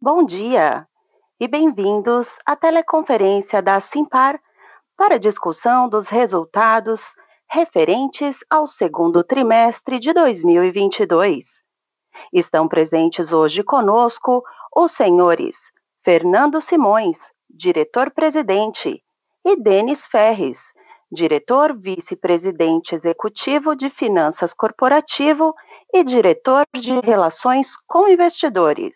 Bom dia e bem-vindos à teleconferência da Simpar para discussão dos resultados referentes ao segundo trimestre de 2022. Estão presentes hoje conosco os senhores Fernando Simões, diretor-presidente, e Denis Ferres, diretor vice-presidente executivo de Finanças Corporativo e diretor de Relações com Investidores.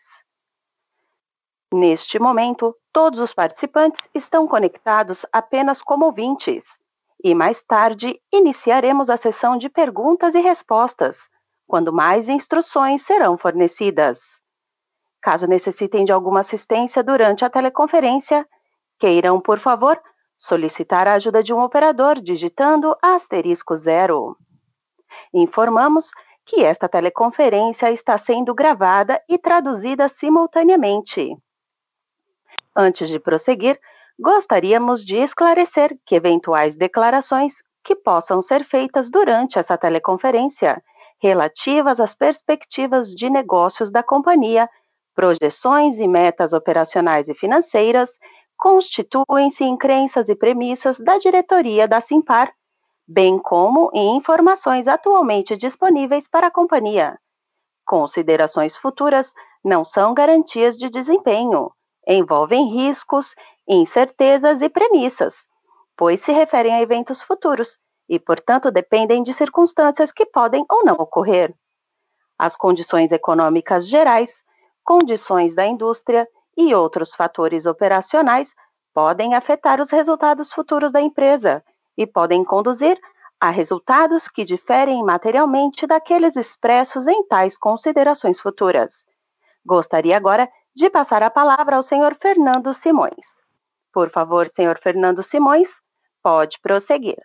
Neste momento, todos os participantes estão conectados apenas como ouvintes, e mais tarde iniciaremos a sessão de perguntas e respostas, quando mais instruções serão fornecidas. Caso necessitem de alguma assistência durante a teleconferência, queiram, por favor, solicitar a ajuda de um operador digitando *0. Informamos que esta teleconferência está sendo gravada e traduzida simultaneamente. Antes de prosseguir, gostaríamos de esclarecer que eventuais declarações que possam ser feitas durante essa teleconferência, relativas às perspectivas de negócios da companhia, projeções e metas operacionais e financeiras, constituem-se em crenças e premissas da diretoria da Simpar, bem como em informações atualmente disponíveis para a companhia. Considerações futuras não são garantias de desempenho, envolvem riscos, incertezas e premissas, pois se referem a eventos futuros e, portanto, dependem de circunstâncias que podem ou não ocorrer. As condições econômicas gerais, condições da indústria e outros fatores operacionais podem afetar os resultados futuros da empresa e podem conduzir a resultados que diferem materialmente daqueles expressos em tais considerações futuras. Gostaria agora de passar a palavra ao senhor Fernando Simões. Por favor, senhor Fernando Simões, pode prosseguir.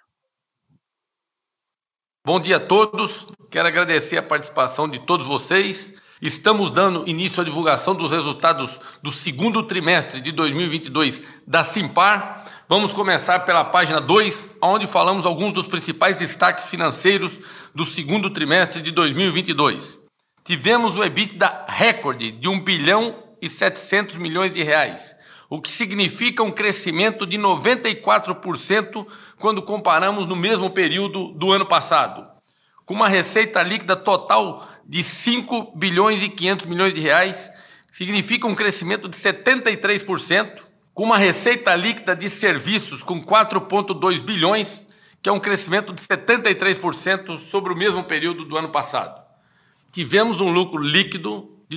Bom dia a todos, quero agradecer a participação de todos vocês. Estamos dando início à divulgação dos resultados do segundo trimestre de 2022 da Simpar. Vamos começar pela página 2, onde falamos alguns dos principais destaques financeiros do segundo trimestre de 2022. Tivemos o EBITDA recorde de 1 bilhão e 700 milhões de reais, o que significa um crescimento de 94% quando comparamos no mesmo período do ano passado, com uma receita líquida total de 5 bilhões e 500 milhões de reais, significa um crescimento de 73%, com uma receita líquida de serviços com 4,2 bilhões, que é um crescimento de 73% sobre o mesmo período do ano passado. Tivemos um lucro líquido de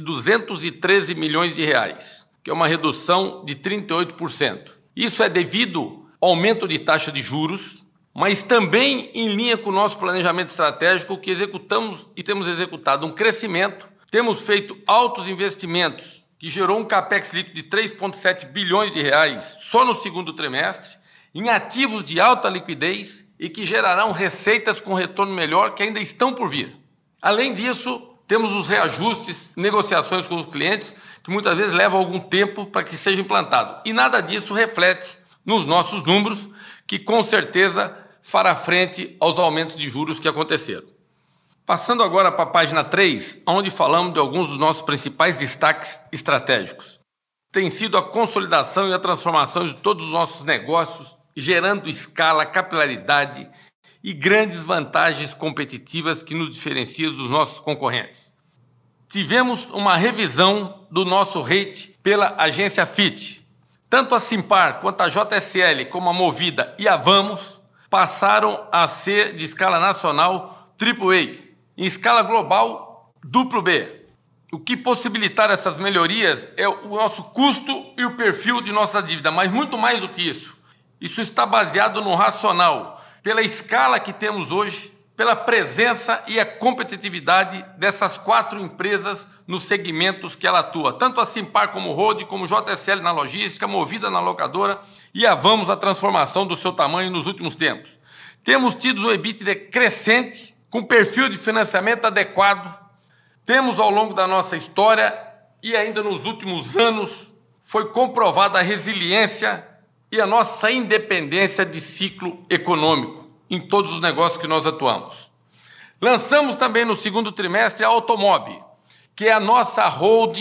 213 milhões de reais, que é uma redução de 38%. Isso é devido ao aumento de taxa de juros, mas também em linha com o nosso planejamento estratégico que executamos e temos executado um crescimento, temos feito altos investimentos, que gerou um capex líquido de 3,7 bilhões de reais só no segundo trimestre, em ativos de alta liquidez e que gerarão receitas com retorno melhor que ainda estão por vir. Além disso, temos os reajustes, negociações com os clientes, que muitas vezes levam algum tempo para que seja implantado. E nada disso reflete nos nossos números, que com certeza fará frente aos aumentos de juros que aconteceram. Passando agora para a página 3, onde falamos de alguns dos nossos principais destaques estratégicos. Tem sido a consolidação e a transformação de todos os nossos negócios, gerando escala, capilaridade e grandes vantagens competitivas que nos diferenciam dos nossos concorrentes. Tivemos uma revisão do nosso rate pela agência Fitch. Tanto a Simpar quanto a JSL, como a Movida e a Vamos, passaram a ser de escala nacional AAA, em escala global BB. O que possibilitar essas melhorias é o nosso custo e o perfil de nossa dívida, mas muito mais do que isso. Isso está baseado no racional, pela escala que temos hoje, pela presença e a competitividade dessas 4 empresas nos segmentos que ela atua. Tanto a Simpar como o Road, como o JSL na logística, Movida na locadora e a Vamos a transformação do seu tamanho nos últimos tempos. Temos tido um EBITDA crescente, com perfil de financiamento adequado. Temos ao longo da nossa história e ainda nos últimos anos foi comprovada a resiliência e a nossa independência de ciclo econômico em todos os negócios que nós atuamos. Lançamos também no segundo trimestre a Automob, que é a nossa holding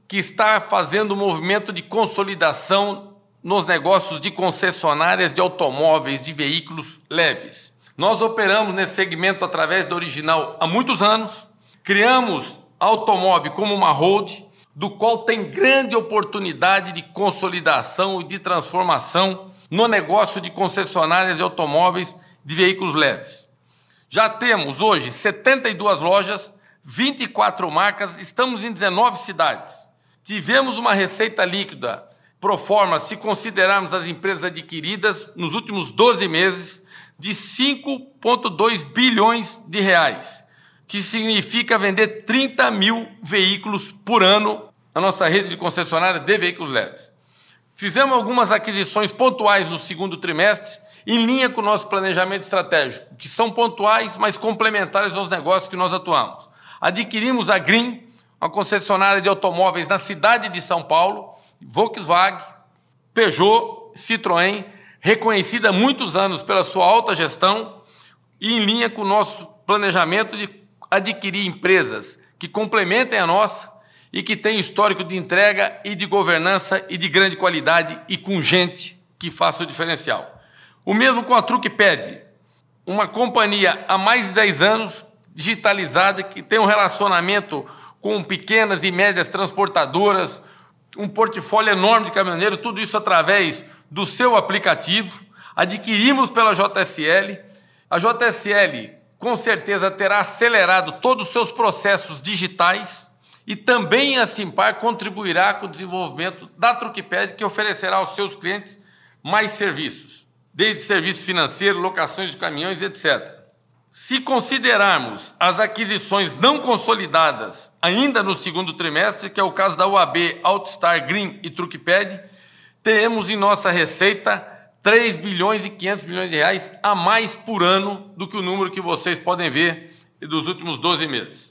que está fazendo um movimento de consolidação nos negócios de concessionárias de automóveis, de veículos leves. Nós operamos nesse segmento através da Original há muitos anos, criamos a Automove como uma holding, do qual tem grande oportunidade de consolidação e de transformação no negócio de concessionárias de automóveis de veículos leves. Já temos hoje 72 lojas, 24 marcas, estamos em 19 cidades. Tivemos uma receita líquida pro forma, se considerarmos as empresas adquiridas nos últimos 12 meses, de 5,2 bilhões de reais, que significa vender 30 mil veículos por ano na nossa rede de concessionária de veículos leves. Fizemos algumas aquisições pontuais no segundo trimestre, em linha com o nosso planejamento estratégico, que são pontuais, mas complementares aos negócios que nós atuamos. Adquirimos a Green, uma concessionária de automóveis na cidade de São Paulo, Volkswagen, Peugeot, Citroën, reconhecida há muitos anos pela sua alta gestão e em linha com o nosso planejamento de adquirir empresas que complementem a nossa e que tenham histórico de entrega e de governança e de grande qualidade e com gente que faça o diferencial. O mesmo com a Truckpad, uma companhia há mais de 10 anos, digitalizada, que tem um relacionamento com pequenas e médias transportadoras, um portfólio enorme de caminhoneiro, tudo isso através do seu aplicativo. Adquirimos pela JSL. A JSL, com certeza, terá acelerado todos os seus processos digitais e também a Simpar contribuirá com o desenvolvimento da Truckpad, que oferecerá aos seus clientes mais serviços, desde serviço financeiro, locações de caminhões, etc. Se considerarmos as aquisições não consolidadas ainda no segundo trimestre, que é o caso da UAB, Autostar, Green e Truckpad, teremos em nossa receita 3 bilhões e 500 milhões de reais a mais por ano do que o número que vocês podem ver dos últimos 12 meses.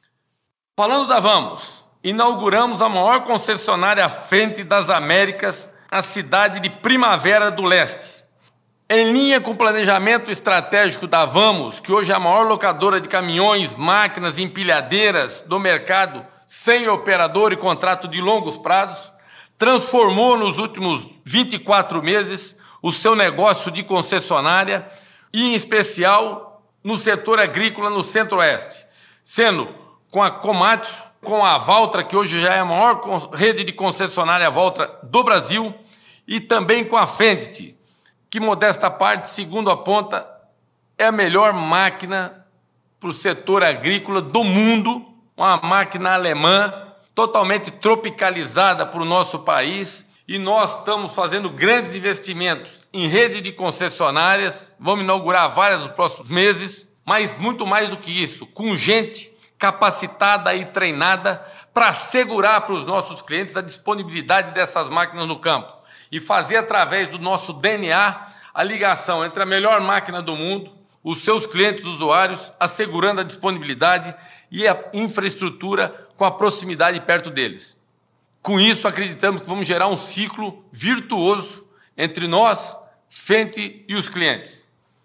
Falando da Vamos, inauguramos a maior concessionária à frente das Américas, a cidade de Primavera do Leste. Em linha com o planejamento estratégico da Vamos, que hoje é a maior locadora de caminhões, máquinas e empilhadeiras do mercado, sem operador e contrato de longos prazos, transformou nos últimos 24 meses o seu negócio de concessionária, e em especial no setor agrícola no Centro-Oeste, sendo com a Komatsu, com a Valtra, que hoje já é a maior rede de concessionária Valtra do Brasil, e também com a Fendt, que, modesta parte, segundo aponta, é a melhor máquina para o setor agrícola do mundo, uma máquina alemã, totalmente tropicalizada para o nosso país, e nós estamos fazendo grandes investimentos em rede de concessionárias, vamos inaugurar várias nos próximos meses, mas muito mais do que isso, com gente capacitada e treinada para assegurar para os nossos clientes a disponibilidade dessas máquinas no campo e fazer através do nosso DNA a ligação entre a melhor máquina do mundo, os seus clientes usuários, assegurando a disponibilidade e a infraestrutura com a proximidade perto deles. Com isso, acreditamos que vamos gerar um ciclo virtuoso entre nós, Fendt e os clientes.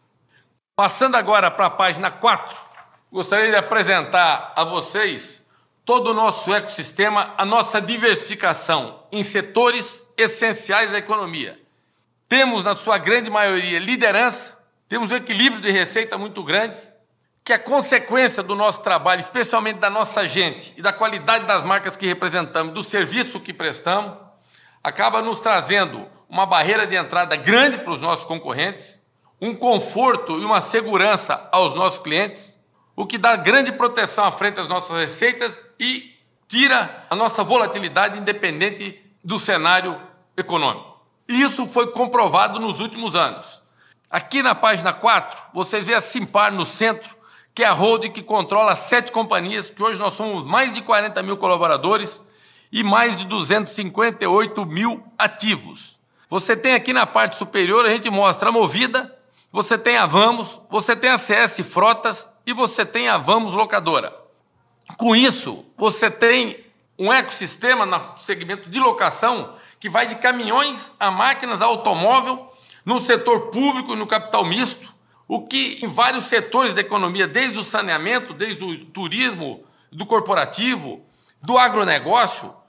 Passando agora para a página 4, gostaria de apresentar a vocês todo o nosso ecossistema, a nossa diversificação em setores essenciais à economia. Temos, na sua grande maioria, liderança, temos um equilíbrio de receita muito grande, que é consequência do nosso trabalho, especialmente da nossa gente e da qualidade das marcas que representamos, do serviço que prestamos, acaba nos trazendo uma barreira de entrada grande para os nossos concorrentes, um conforto e uma segurança aos nossos clientes, o que dá grande proteção à frente às nossas receitas e tira a nossa volatilidade independente do cenário econômico. E isso foi comprovado nos últimos anos. Aqui na página 4, vocês veem a Simpar no centro, que é a holding que controla 7 companhias, que hoje nós somos mais de 40 mil colaboradores e mais de 258 mil ativos. Você tem aqui na parte superior, a gente mostra a Movida, você tem a Vamos, você tem a CS Frotas e você tem a Vamos Locadora. Com isso, você tem um ecossistema no segmento de locação que vai de caminhões a máquinas, a automóvel, no setor público e no capital misto, o que em vários setores da economia, desde o saneamento, desde o turismo, do corporativo, do agronegócio,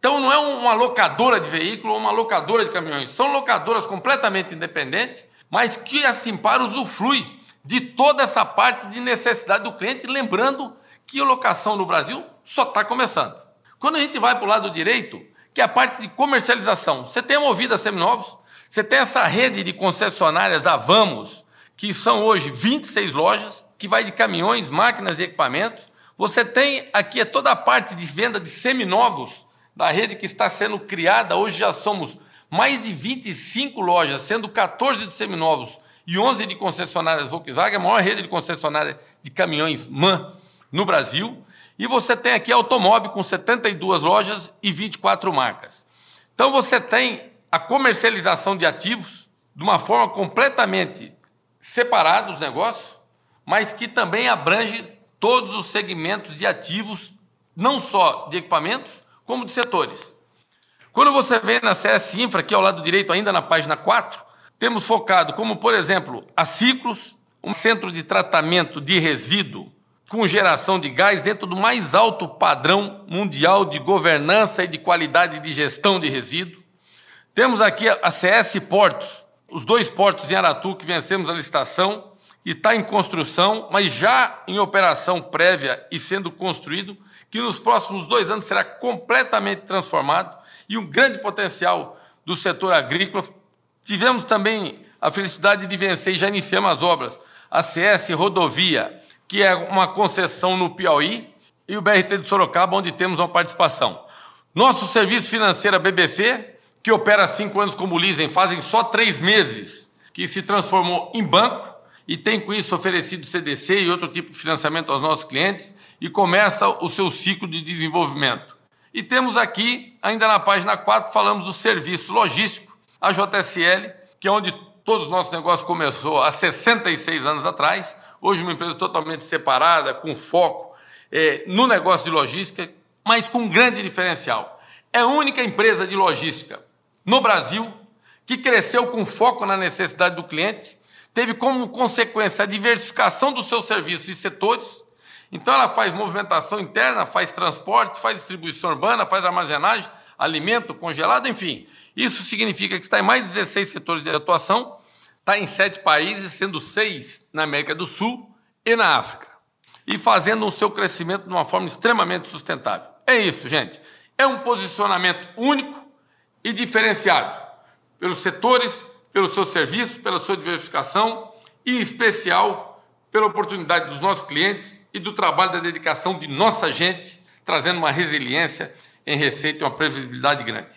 Então não é uma locadora de veículo ou uma locadora de caminhões, são locadoras completamente independentes, mas que a Simpar usufrui de toda essa parte de necessidade do cliente, lembrando que a locação no Brasil só está começando. Quando a gente vai para o lado direito, que é a parte de comercialização, você tem a Movida Seminovos, você tem essa rede de concessionárias da Vamos, que são hoje 26 lojas, que vai de caminhões, máquinas e equipamentos. Você tem aqui toda a parte de venda de seminovos da rede que está sendo criada. Hoje já somos mais de 25 lojas, sendo 14 de seminovos e 11 de concessionárias Volkswagen, a maior rede de concessionária de caminhões MAN no Brasil. E você tem aqui a Automóvel com 72 lojas e 24 marcas. Então você tem a comercialização de ativos de uma forma completamente separada dos negócios, mas que também abrange todos os segmentos de ativos, não só de equipamentos, como de setores. Quando você vem na CS Infra, aqui ao lado direito, ainda na página 4, temos focado como, por exemplo, a Ciclos, um centro de tratamento de resíduo com geração de gás dentro do mais alto padrão mundial de governança e de qualidade de gestão de resíduo. Temos aqui a CS Portos, os 2 portos em Aratu que vencemos a licitação e está em construção, mas já em operação prévia e sendo construído, que nos próximos 2 anos será completamente transformado, e um grande potencial do setor agrícola. Tivemos também a felicidade de vencer, e já iniciamos as obras, a CS Rodovia, que é uma concessão no Piauí, e o BRT de Sorocaba, onde temos uma participação. Nosso serviço financeiro, a BBC, que opera há 5 anos como leasing, fazem só 3 meses que se transformou em banco, e tem com isso oferecido CDC e outro tipo de financiamento aos nossos clientes, e começa o seu ciclo de desenvolvimento. E temos aqui, ainda na página 4, falamos do serviço logístico, a JSL, que é onde todos os nossos negócios começou há 66 anos atrás, hoje uma empresa totalmente separada, com foco no negócio de logística, mas com um grande diferencial. É a única empresa de logística no Brasil que cresceu com foco na necessidade do cliente, teve como consequência a diversificação dos seus serviços e setores. Então ela faz movimentação interna, faz transporte, faz distribuição urbana, faz armazenagem, alimento, congelado, enfim. Isso significa que está em mais de 16 setores de atuação, está em 7 países, sendo 6 na América do Sul e na África, e fazendo o seu crescimento de uma forma extremamente sustentável. É isso, gente. É um posicionamento único e diferenciado pelos setores, pelo seu serviço, pela sua diversificação e, em especial, pela oportunidade dos nossos clientes e do trabalho da dedicação de nossa gente, trazendo uma resiliência em receita e uma previsibilidade grande.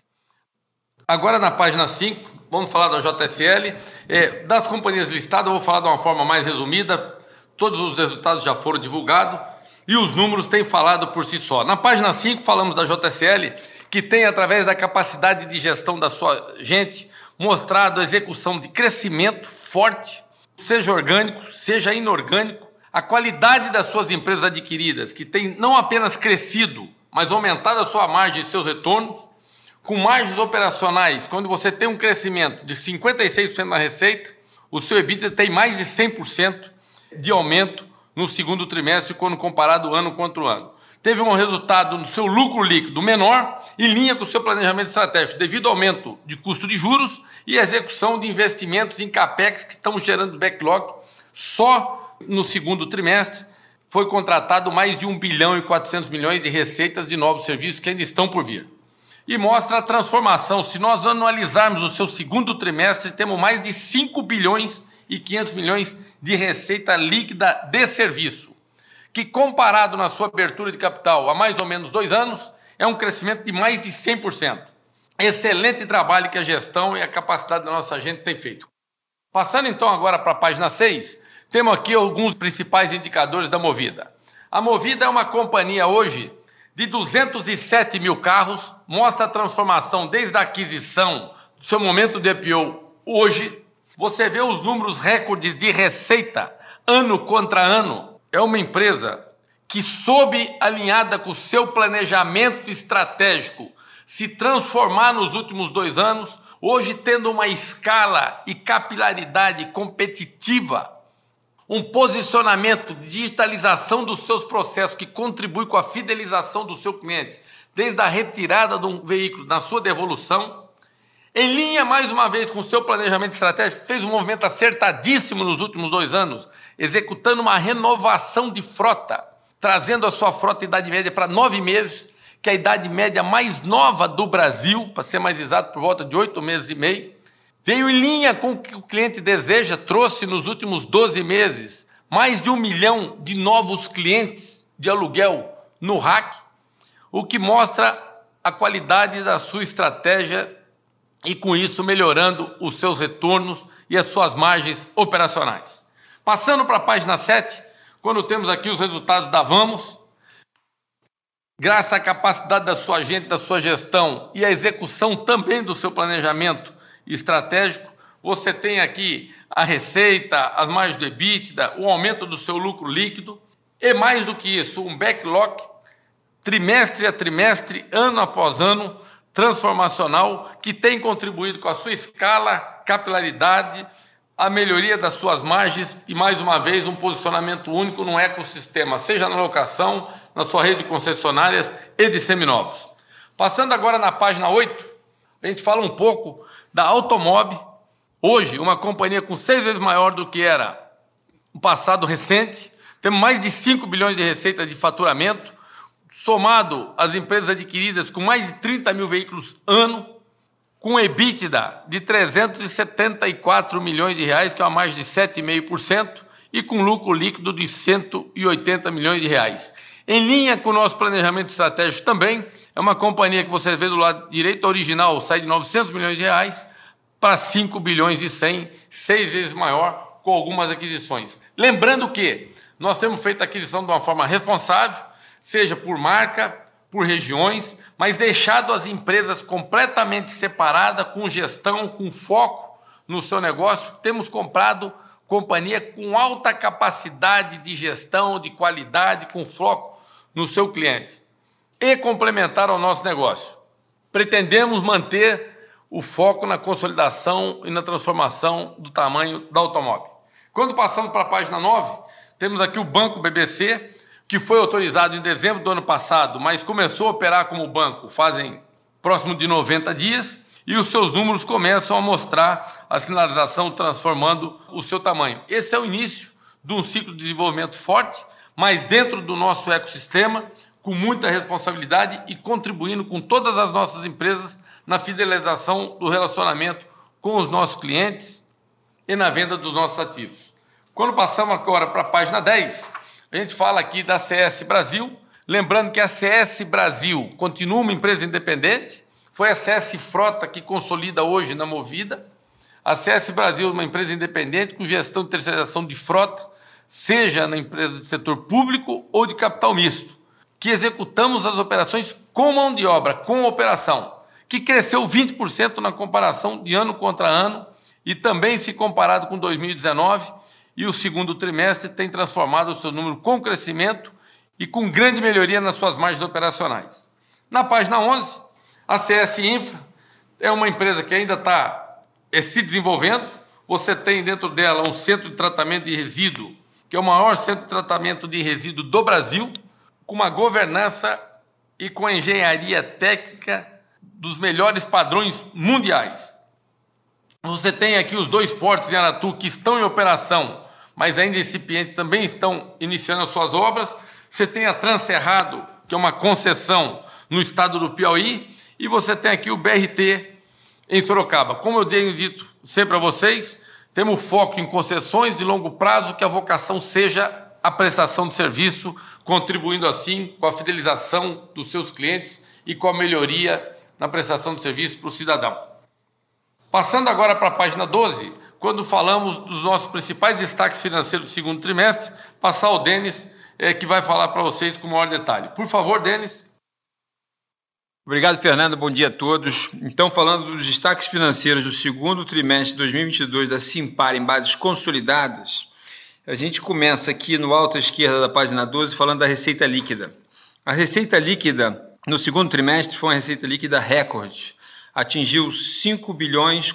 Agora, na página 5, vamos falar da JSL. Das companhias listadas, eu vou falar de uma forma mais resumida. Todos os resultados já foram divulgados e os números têm falado por si só. Na página 5, falamos da JSL, que tem, através da capacidade de gestão da sua gente, mostrado a execução de crescimento forte, seja orgânico, seja inorgânico, a qualidade das suas empresas adquiridas, que tem não apenas crescido, mas aumentado a sua margem e seus retornos, com margens operacionais, quando você tem um crescimento de 56% na receita, o seu EBITDA tem mais de 100% de aumento no segundo trimestre, quando comparado ano contra ano. Teve um resultado no seu lucro líquido menor, em linha com o seu planejamento estratégico, devido ao aumento de custo de juros e execução de investimentos em CAPEX que estão gerando backlog. Só no segundo trimestre foi contratado mais de 1 bilhão e 400 milhões de receitas de novos serviços que ainda estão por vir. E mostra a transformação. Se nós analisarmos o seu segundo trimestre, temos mais de 5 bilhões e 500 milhões de receita líquida de serviço, que comparado na sua abertura de capital há mais ou menos 2 anos, é um crescimento de mais de 100%. Excelente trabalho que a gestão e a capacidade da nossa gente tem feito. Passando então agora para a página 6, temos aqui alguns principais indicadores da Movida. A Movida é uma companhia hoje de 207 mil carros, mostra a transformação desde a aquisição, do seu momento de IPO hoje. Você vê os números recordes de receita, ano contra ano. É uma empresa que soube, alinhada com o seu planejamento estratégico, se transformar nos últimos 2 anos, hoje tendo uma escala e capilaridade competitiva, um posicionamento de digitalização dos seus processos que contribui com a fidelização do seu cliente, desde a retirada de um veículo na sua devolução, em linha, mais uma vez, com o seu planejamento estratégico, fez um movimento acertadíssimo nos últimos 2 anos, executando uma renovação de frota, trazendo a sua frota idade média para 9 meses, que é a idade média mais nova do Brasil, para ser mais exato, por volta de 8 meses e meio. Veio em linha com o que o cliente deseja, trouxe nos últimos 12 meses mais de 1 milhão de novos clientes de aluguel no RAC, o que mostra a qualidade da sua estratégia e, com isso, melhorando os seus retornos e as suas margens operacionais. Passando para a página 7, quando temos aqui os resultados da Vamos, graças à capacidade da sua gente, da sua gestão e à execução também do seu planejamento estratégico, você tem aqui a receita, as margens do EBITDA, o aumento do seu lucro líquido e, mais do que isso, um backlog trimestre a trimestre, ano após ano, transformacional, que tem contribuído com a sua escala, capilaridade, a melhoria das suas margens e, mais uma vez, um posicionamento único num ecossistema, seja na locação, na sua rede de concessionárias e de seminovos. Passando agora na página 8, a gente fala um pouco da Automob, hoje uma companhia com 6 vezes maior do que era no passado recente, temos mais de 5 bilhões de receita de faturamento, somado às empresas adquiridas com mais de 30 mil veículos ano, com EBITDA de 374 milhões de reais, que é uma margem de 7,5%, e com lucro líquido de 180 milhões de reais. Em linha com o nosso planejamento estratégico também, é uma companhia que você vê do lado direito, original, sai de 900 milhões de reais para 5 bilhões e 100, 6 vezes maior, com algumas aquisições. Lembrando que nós temos feito a aquisição de uma forma responsável, seja por marca, por regiões, mas deixado as empresas completamente separadas, com gestão, com foco no seu negócio. Temos comprado companhia com alta capacidade de gestão, de qualidade, com foco no seu cliente. E complementar ao nosso negócio, pretendemos manter o foco na consolidação e na transformação do tamanho da Automob. Quando passamos para a página 9, temos aqui o Banco BBC, que foi autorizado em dezembro do ano passado, mas começou a operar como banco fazem próximo de 90 dias, e os seus números começam a mostrar a sinalização transformando o seu tamanho. Esse é o início de um ciclo de desenvolvimento forte, mas dentro do nosso ecossistema, com muita responsabilidade e contribuindo com todas as nossas empresas na fidelização do relacionamento com os nossos clientes e na venda dos nossos ativos. Quando passamos agora para a página 10, a gente fala aqui da CS Brasil, lembrando que a CS Brasil continua uma empresa independente, foi a CS Frota que consolida hoje na Movida. A CS Brasil é uma empresa independente com gestão de terceirização de frota, seja na empresa de setor público ou de capital misto, que executamos as operações com mão de obra, com operação, que cresceu 20% na comparação de ano contra ano e também se comparado com 2019, e o segundo trimestre tem transformado o seu número com crescimento e com grande melhoria nas suas margens operacionais. Na página 11, a CS Infra é uma empresa que ainda está se desenvolvendo. Você tem dentro dela um centro de tratamento de resíduo, que é o maior centro de tratamento de resíduo do Brasil, com uma governança e com a engenharia técnica dos melhores padrões mundiais. Você tem aqui os 2 portos em Aratu que estão em operação, mas ainda incipientes, também estão iniciando as suas obras. Você tem a Transcerrado, que é uma concessão no estado do Piauí, e você tem aqui o BRT em Sorocaba. Como eu tenho dito sempre a vocês, temos foco em concessões de longo prazo, que a vocação seja a prestação de serviço, contribuindo assim com a fidelização dos seus clientes e com a melhoria na prestação de serviço para o cidadão. Passando agora para a página 12, quando falamos dos nossos principais destaques financeiros do segundo trimestre, passar ao Denis, que vai falar para vocês com maior detalhe. Por favor, Denis. Obrigado, Fernando. Bom dia a todos. Então, falando dos destaques financeiros do segundo trimestre de 2022 da Simpar em bases consolidadas, a gente começa aqui no alto à esquerda da página 12 falando da receita líquida. A receita líquida no segundo trimestre foi uma receita líquida recorde. Atingiu 5 bilhões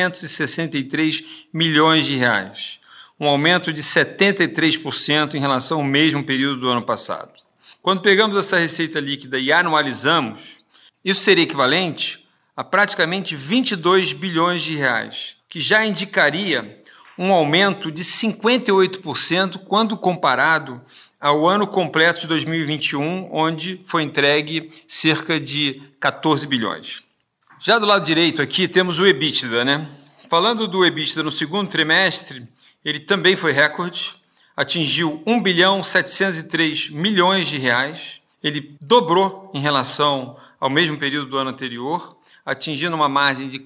463 milhões de reais, um aumento de 73% em relação ao mesmo período do ano passado. Quando pegamos essa receita líquida e anualizamos, isso seria equivalente a praticamente 22 bilhões de reais, que já indicaria um aumento de 58% quando comparado ao ano completo de 2021, onde foi entregue cerca de 14 bilhões. Já do lado direito aqui temos o EBITDA, né? Falando do EBITDA no segundo trimestre, ele também foi recorde, atingiu 1 bilhão 703 milhões de reais, ele dobrou em relação ao mesmo período do ano anterior, atingindo uma margem de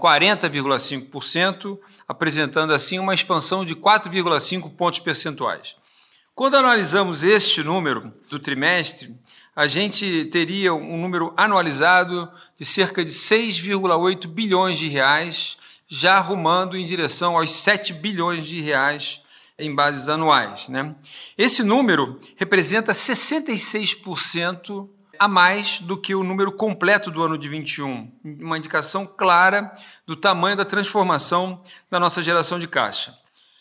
40,5%, apresentando assim uma expansão de 4,5 pontos percentuais. Quando analisamos este número do trimestre, a gente teria um número anualizado de cerca de 6,8 bilhões de reais, já arrumando em direção aos 7 bilhões de reais em bases anuais, né? Esse número representa 66% a mais do que o número completo do ano de 21, uma indicação clara do tamanho da transformação da nossa geração de caixa.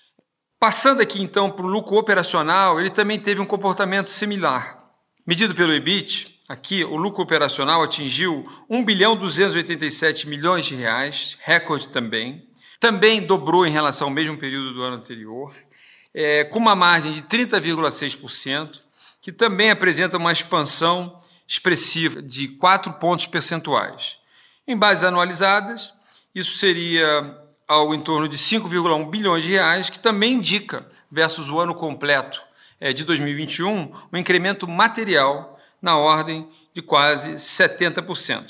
Passando aqui então para o lucro operacional, ele também teve um comportamento similar. Medido pelo EBIT, aqui o lucro operacional atingiu 1 bilhão 287 milhões de reais, recorde também. Também dobrou em relação ao mesmo período do ano anterior, com uma margem de 30,6%, que também apresenta uma expansão expressiva de 4 pontos percentuais. Em bases anualizadas, isso seria ao em torno de 5,1 bilhões de reais, que também indica, versus o ano completo de 2021, um incremento material na ordem de quase 70%,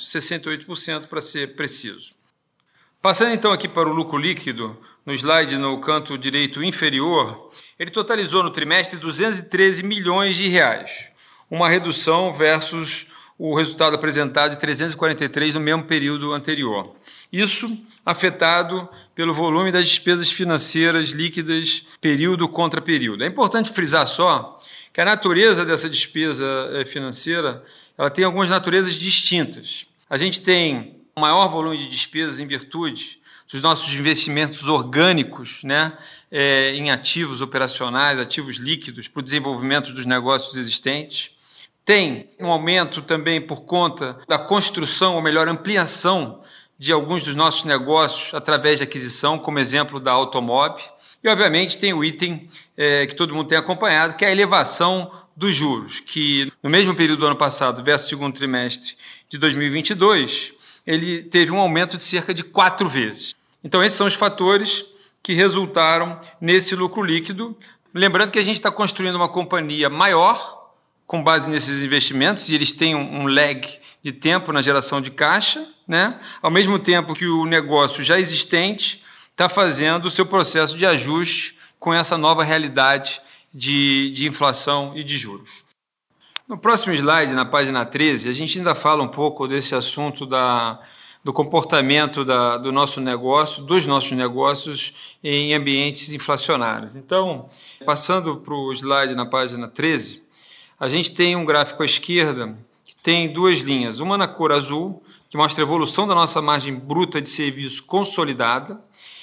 68% para ser preciso. Passando então aqui para o lucro líquido, no slide no canto direito inferior, ele totalizou no trimestre 213 milhões de reais, uma redução versus o resultado apresentado de 343 no mesmo período anterior. Isso afetado pelo volume das despesas financeiras líquidas período contra período. É importante frisar só que a natureza dessa despesa financeira ela tem algumas naturezas distintas. A gente tem um maior volume de despesas em virtude dos nossos investimentos orgânicos, né, em ativos operacionais, ativos líquidos para o desenvolvimento dos negócios existentes. Tem um aumento também por conta da construção, ou melhor, ampliação de alguns dos nossos negócios através de aquisição, como exemplo da Automob. E, obviamente, tem o item que todo mundo tem acompanhado, que é a elevação dos juros, que no mesmo período do ano passado, versus o segundo trimestre de 2022, ele teve um aumento de cerca de 4 vezes. Então, esses são os fatores que resultaram nesse lucro líquido. Lembrando que a gente está construindo uma companhia maior, com base nesses investimentos, e eles têm um lag de tempo na geração de caixa, né? Ao mesmo tempo que o negócio já existente está fazendo o seu processo de ajuste com essa nova realidade de inflação e de juros. No próximo slide, na página 13, a gente ainda fala um pouco desse assunto do comportamento do nosso negócio, dos nossos negócios em ambientes inflacionários. Então, passando para o slide na página 13, a gente tem um gráfico à esquerda que tem 2 linhas, uma na cor azul, que mostra a evolução da nossa margem bruta de serviço consolidada,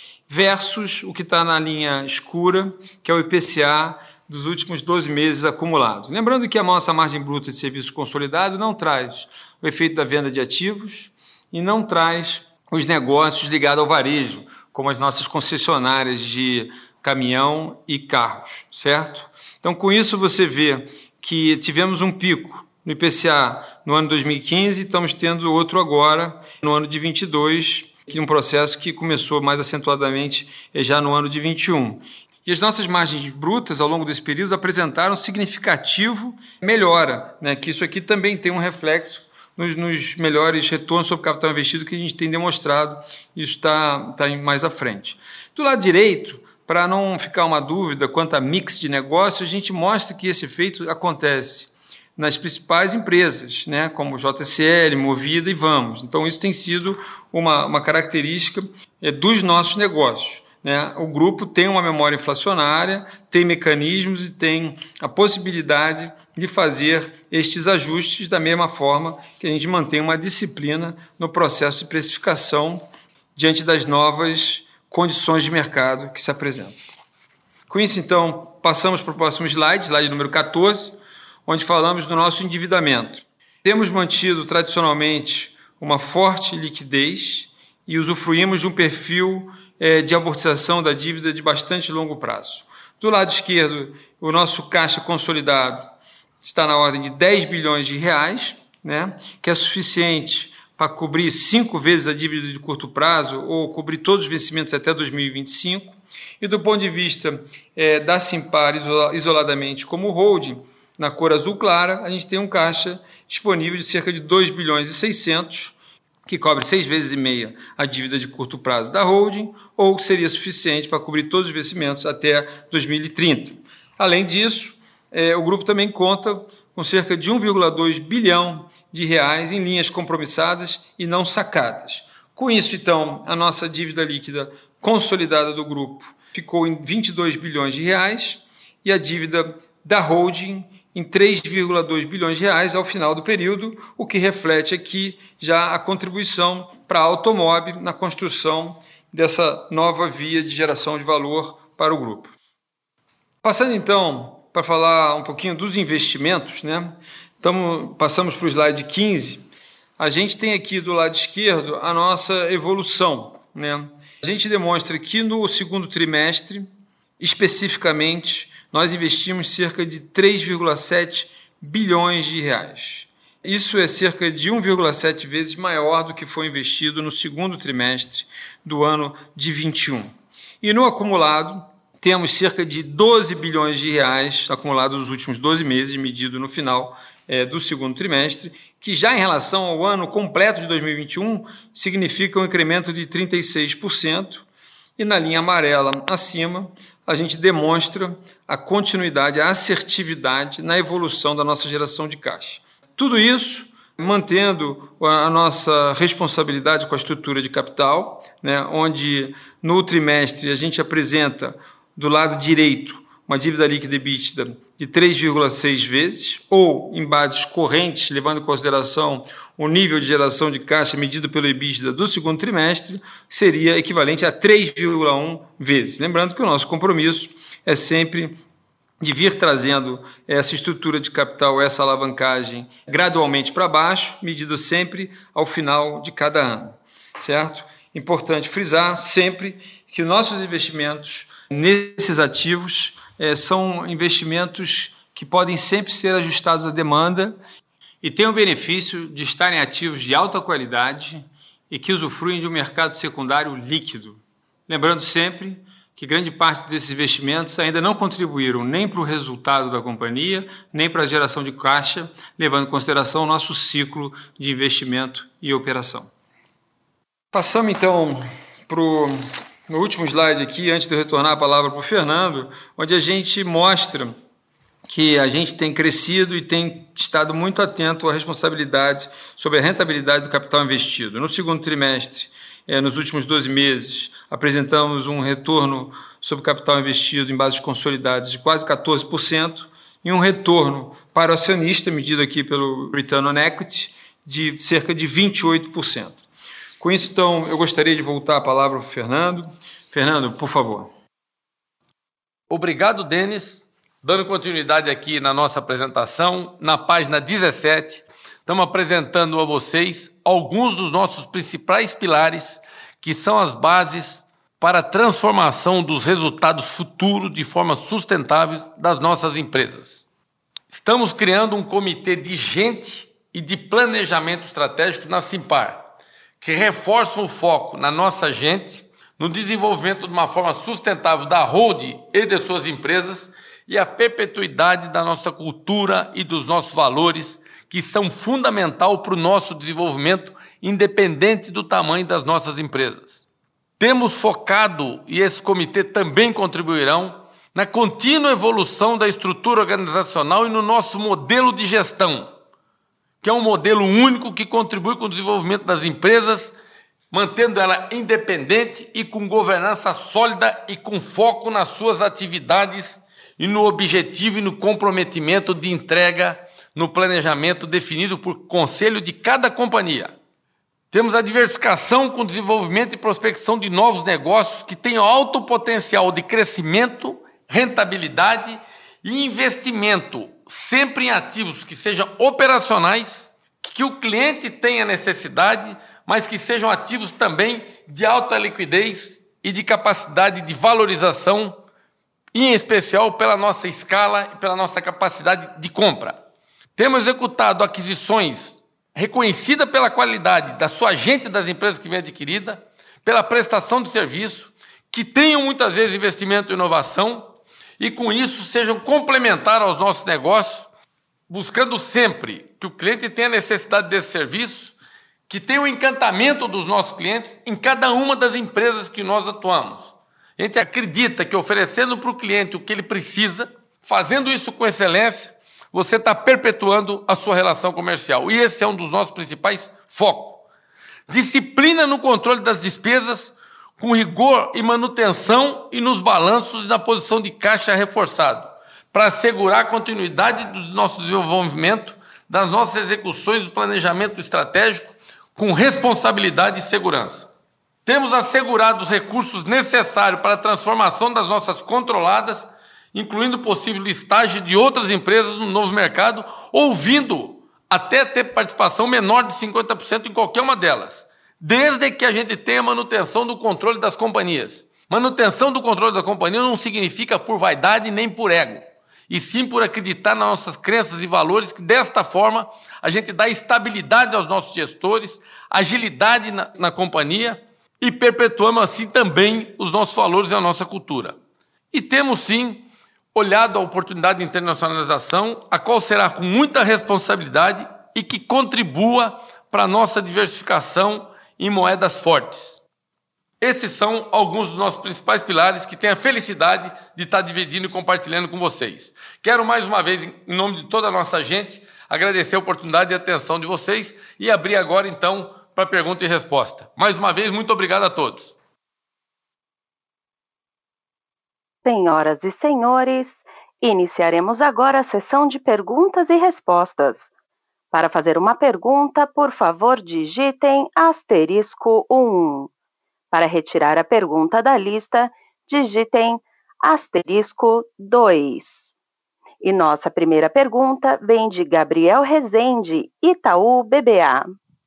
versus o que está na linha escura, que é o IPCA dos últimos 12 meses acumulados. Lembrando que a nossa margem bruta de serviço consolidado não traz o efeito da venda de ativos e não traz os negócios ligados ao varejo, como as nossas concessionárias de caminhão e carros, certo? Então, com isso, você vê que tivemos um pico no IPCA no ano 2015 e estamos tendo outro agora no ano de 22, que é um processo que começou mais acentuadamente já no ano de 21. E as nossas margens brutas ao longo desse período apresentaram significativo melhora, né? Que isso aqui também tem um reflexo nos melhores retornos sobre capital investido que a gente tem demonstrado, isso está mais à frente. Do lado direito, para não ficar uma dúvida quanto a mix de negócio, a gente mostra que esse efeito acontece nas principais empresas, né, como JCL, Movida e Vamos. Então, isso tem sido uma característica dos nossos negócios, né? O grupo tem uma memória inflacionária, tem mecanismos e tem a possibilidade de fazer estes ajustes da mesma forma que a gente mantém uma disciplina no processo de precificação diante das novas condições de mercado que se apresentam. Com isso, então, passamos para o próximo slide número 14, onde falamos do nosso endividamento. Temos mantido tradicionalmente uma forte liquidez e usufruímos de um perfil de amortização da dívida de bastante longo prazo. Do lado esquerdo, o nosso caixa consolidado está na ordem de 10 bilhões de reais, né, que é suficiente para cobrir 5 vezes a dívida de curto prazo ou cobrir todos os vencimentos até 2025. E do ponto de vista da Simpar isoladamente como holding, na cor azul clara, a gente tem um caixa disponível de cerca de 2 bilhões e 600, que cobre 6 vezes e meia a dívida de curto prazo da holding, ou seria suficiente para cobrir todos os vencimentos até 2030. Além disso, o grupo também conta com cerca de 1,2 bilhão de reais em linhas compromissadas e não sacadas. Com isso, então, a nossa dívida líquida consolidada do grupo ficou em 22 bilhões de reais e a dívida da holding em 3,2 bilhões de reais ao final do período, o que reflete aqui já a contribuição para a Automob na construção dessa nova via de geração de valor para o grupo. Passando então para falar um pouquinho dos investimentos, né? Passamos para o slide 15. A gente tem aqui do lado esquerdo a nossa evolução, né? A gente demonstra que no segundo trimestre, especificamente, nós investimos cerca de 3,7 bilhões de reais. Isso é cerca de 1,7 vezes maior do que foi investido no segundo trimestre do ano de 21. E no acumulado, temos cerca de 12 bilhões de reais acumulados nos últimos 12 meses, medido no final do segundo trimestre, que já em relação ao ano completo de 2021 significa um incremento de 36%, e na linha amarela acima a gente demonstra a continuidade, a assertividade na evolução da nossa geração de caixa. Tudo isso mantendo a nossa responsabilidade com a estrutura de capital, né, onde no trimestre a gente apresenta do lado direito uma dívida líquida EBITDA de 3,6 vezes, ou em bases correntes, levando em consideração o nível de geração de caixa medido pelo EBITDA do segundo trimestre, seria equivalente a 3,1 vezes. Lembrando que o nosso compromisso é sempre de vir trazendo essa estrutura de capital, essa alavancagem gradualmente para baixo, medido sempre ao final de cada ano, certo? Importante frisar sempre que nossos investimentos nesses ativos são investimentos que podem sempre ser ajustados à demanda e têm o benefício de estarem ativos de alta qualidade e que usufruem de um mercado secundário líquido. Lembrando sempre que grande parte desses investimentos ainda não contribuíram nem para o resultado da companhia, nem para a geração de caixa, levando em consideração o nosso ciclo de investimento e operação. Passamos então no último slide aqui, antes de eu retornar a palavra para o Fernando, onde a gente mostra que a gente tem crescido e tem estado muito atento à responsabilidade sobre a rentabilidade do capital investido. No segundo trimestre, nos últimos 12 meses, apresentamos um retorno sobre capital investido em bases consolidadas de quase 14% e um retorno para o acionista, medido aqui pelo Return on Equity, de cerca de 28%. Com isso, então, eu gostaria de voltar a palavra para o Fernando. Fernando, por favor. Obrigado, Denis. Dando continuidade aqui na nossa apresentação, na página 17, estamos apresentando a vocês alguns dos nossos principais pilares, que são as bases para a transformação dos resultados futuros de forma sustentável das nossas empresas. Estamos criando um comitê de gente e de planejamento estratégico na Simpar, que reforçam o foco na nossa gente, no desenvolvimento de uma forma sustentável da holding e de suas empresas e a perpetuidade da nossa cultura e dos nossos valores, que são fundamentais para o nosso desenvolvimento, independente do tamanho das nossas empresas. Temos focado, e esse comitê também contribuirão, na contínua evolução da estrutura organizacional e no nosso modelo de gestão, que é um modelo único que contribui com o desenvolvimento das empresas, mantendo ela independente e com governança sólida e com foco nas suas atividades e no objetivo e no comprometimento de entrega no planejamento definido por conselho de cada companhia. Temos a diversificação com desenvolvimento e prospecção de novos negócios que tenham alto potencial de crescimento, rentabilidade e investimento sempre em ativos que sejam operacionais, que o cliente tenha necessidade, mas que sejam ativos também de alta liquidez e de capacidade de valorização, em especial pela nossa escala e pela nossa capacidade de compra. Temos executado aquisições reconhecidas pela qualidade da sua agente das empresas que vem adquirida, pela prestação de serviço, que tenham muitas vezes investimento em inovação e com isso sejam complementares aos nossos negócios, buscando sempre que o cliente tenha necessidade desse serviço, que tenha o encantamento dos nossos clientes em cada uma das empresas que nós atuamos. A gente acredita que oferecendo para o cliente o que ele precisa, fazendo isso com excelência, você está perpetuando a sua relação comercial. E esse é um dos nossos principais focos. Disciplina no controle das despesas, com rigor e manutenção e nos balanços na posição de caixa reforçado, para assegurar a continuidade do nosso desenvolvimento, das nossas execuções do planejamento estratégico, com responsabilidade e segurança. Temos assegurado os recursos necessários para a transformação das nossas controladas, incluindo possível listagem de outras empresas no novo mercado, ou vindo até ter participação menor de 50% em qualquer uma delas, desde que a gente tenha manutenção do controle das companhias. Manutenção do controle da companhia não significa por vaidade nem por ego, e sim por acreditar nas nossas crenças e valores, que desta forma a gente dá estabilidade aos nossos gestores, agilidade na companhia e perpetuamos assim também os nossos valores e a nossa cultura. E temos sim olhado a oportunidade de internacionalização, a qual será com muita responsabilidade e que contribua para a nossa diversificação em moedas fortes. Esses são alguns dos nossos principais pilares que tenho a felicidade de estar dividindo e compartilhando com vocês. Quero mais uma vez, em nome de toda a nossa gente, agradecer a oportunidade e a atenção de vocês e abrir agora então para pergunta e resposta. Mais uma vez, muito obrigado a todos. Senhoras e senhores, iniciaremos agora a sessão de perguntas e respostas. Para fazer uma pergunta, por favor, digitem *1. Para retirar a pergunta da lista, digitem *2. E nossa primeira pergunta vem de Gabriel Rezende, Itaú BBA.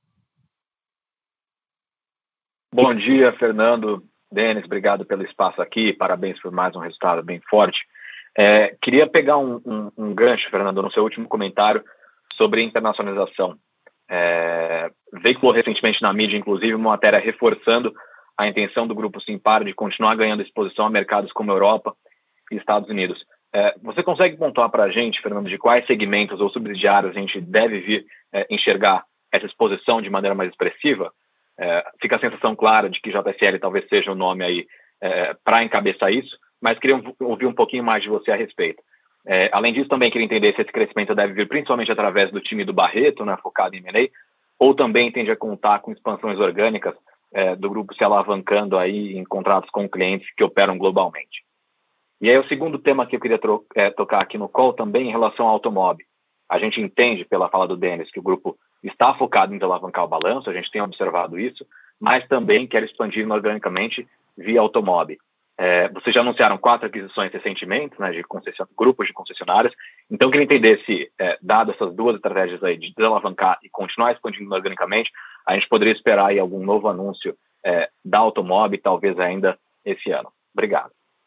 Bom dia, Fernando. Denis, obrigado pelo espaço aqui, parabéns por mais um resultado bem forte. Queria pegar um gancho, Fernando, no seu último comentário sobre internacionalização. Veiculou recentemente na mídia, inclusive, uma matéria reforçando a intenção do Grupo Simpar de continuar ganhando exposição a mercados como Europa e Estados Unidos. Você consegue pontuar para a gente, Fernando, de quais segmentos ou subsidiários a gente deve vir enxergar essa exposição de maneira mais expressiva? Fica a sensação clara de que JSL talvez seja o nome aí para encabeçar isso, mas queria ouvir um pouquinho mais de você a respeito. Além disso, também queria entender se esse crescimento deve vir principalmente através do time do Barreto, né, focado em M&A, ou também tende a contar com expansões orgânicas do grupo se alavancando aí em contratos com clientes que operam globalmente. E aí o segundo tema que eu queria tocar aqui no call também em relação ao automóvel. A gente entende pela fala do Denis que o grupo está focado em alavancar o balanço, a gente tem observado isso, mas também quer expandir organicamente via automóvel. Vocês já anunciaram 4 aquisições recentemente, né, de grupos de concessionárias, então queria entender se, dado essas duas estratégias aí de desalavancar e continuar expandindo organicamente, a gente poderia esperar aí algum novo anúncio da automóvel, talvez ainda esse ano. Obrigado.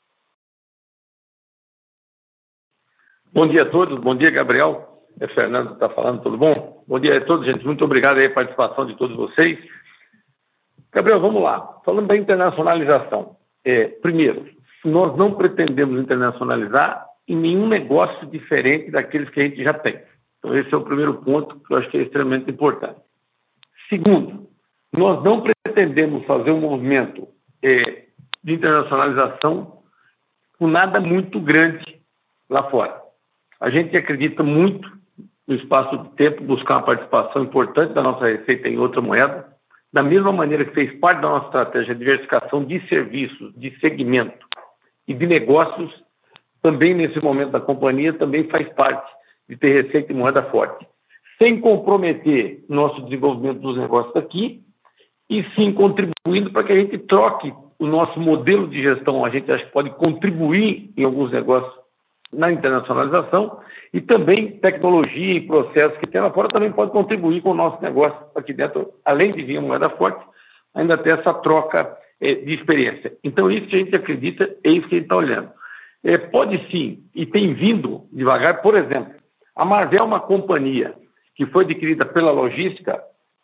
Bom dia a todos, bom dia, Gabriel. Fernando está falando, tudo bom? Bom dia a todos, gente. Muito obrigado aí a participação de todos vocês. Gabriel, vamos lá. Falando da internacionalização. Primeiro, nós não pretendemos internacionalizar em nenhum negócio diferente daqueles que a gente já tem. Então, esse é o primeiro ponto que eu acho que é extremamente importante. Segundo, nós não pretendemos fazer um movimento de internacionalização com nada muito grande lá fora. A gente acredita muito no espaço de tempo buscar uma participação importante da nossa receita em outra moeda, da mesma maneira que fez parte da nossa estratégia de diversificação de serviços, de segmento e de negócios, também nesse momento da companhia também faz parte de ter receita em moeda forte, sem comprometer nosso desenvolvimento dos negócios aqui e sim contribuindo para que a gente troque o nosso modelo de gestão. A gente acha que pode contribuir em alguns negócios na internacionalização e também tecnologia e processos que tem lá fora também pode contribuir com o nosso negócio aqui dentro, além de vir uma moeda forte, ainda ter essa troca de experiência. Então, isso que a gente acredita, é isso que a gente está olhando. Pode sim, e tem vindo devagar, por exemplo, a Marvel é uma companhia que foi adquirida pela logística,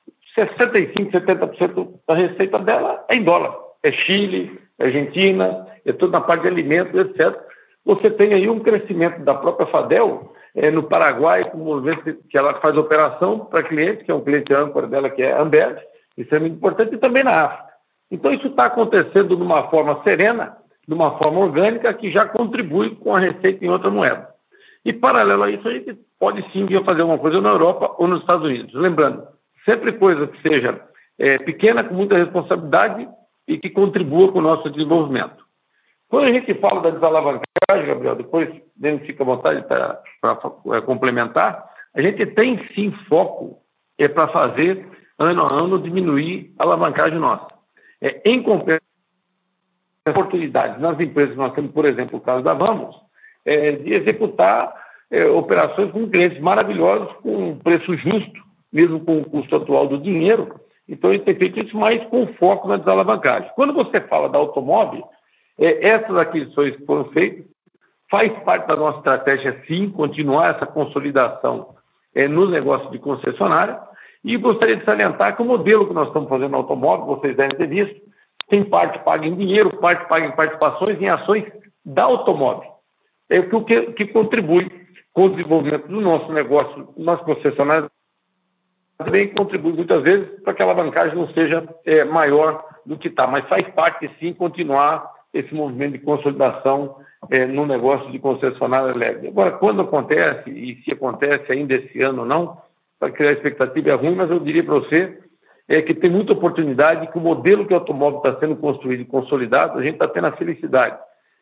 65%, 70% da receita dela é em dólar. É Chile, é Argentina, é tudo na parte de alimentos, etc. Você tem aí um crescimento da própria Fadel no Paraguai, com o movimento que ela faz operação para clientes, que é um cliente âncora dela, que é a Ambev, isso é muito importante, e também na África. Então, isso está acontecendo de uma forma serena, de uma forma orgânica, que já contribui com a receita em outra moeda. E, paralelo a isso, a gente pode sim vir a fazer alguma coisa na Europa ou nos Estados Unidos. Lembrando, sempre coisa que seja pequena, com muita responsabilidade e que contribua com o nosso desenvolvimento. Quando a gente fala da desalavancagem, Gabriel, depois Denis fica à vontade para complementar, a gente tem sim foco para fazer, ano a ano, diminuir a alavancagem nossa. Em compensação, oportunidades nas empresas que nós temos, por exemplo, o caso da Vamos, de executar operações com clientes maravilhosos, com um preço justo, mesmo com o custo atual do dinheiro. Então, a gente tem feito isso mais com foco na desalavancagem. Quando você fala da automóvel, essas aquisições que foram feitas faz parte da nossa estratégia, sim, continuar essa consolidação nos negócios de concessionária. E gostaria de salientar que o modelo que nós estamos fazendo no automóvel, vocês devem ter visto, tem parte paga em dinheiro, parte paga em participações em ações da automóvel. É o que contribui com o desenvolvimento do nosso negócio, nas concessionárias, também contribui muitas vezes para que a alavancagem não seja maior do que está, mas faz parte sim continuar esse movimento de consolidação no negócio de concessionária leve. Agora, quando acontece, e se acontece ainda esse ano ou não, para criar expectativa é ruim, mas eu diria para você que tem muita oportunidade, que o modelo que o automóvel está sendo construído e consolidado, a gente está tendo a felicidade.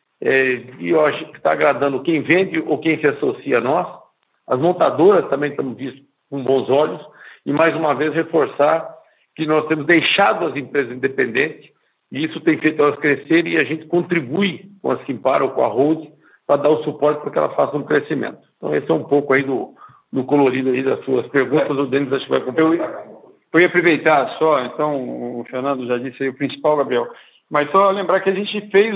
E eu acho que está agradando quem vende ou quem se associa a nós. As montadoras também estamos vistos com bons olhos. E, mais uma vez, reforçar que nós temos deixado as empresas independentes e isso tem feito elas crescerem e a gente contribui com a Simpar ou com a Hold para dar o suporte para que ela faça um crescimento. Então, esse é um pouco aí do colorido aí das suas perguntas. O Denis acho que vai complementar. Eu ia aproveitar só, então, o Fernando já disse aí o principal, Gabriel, mas só lembrar que a gente fez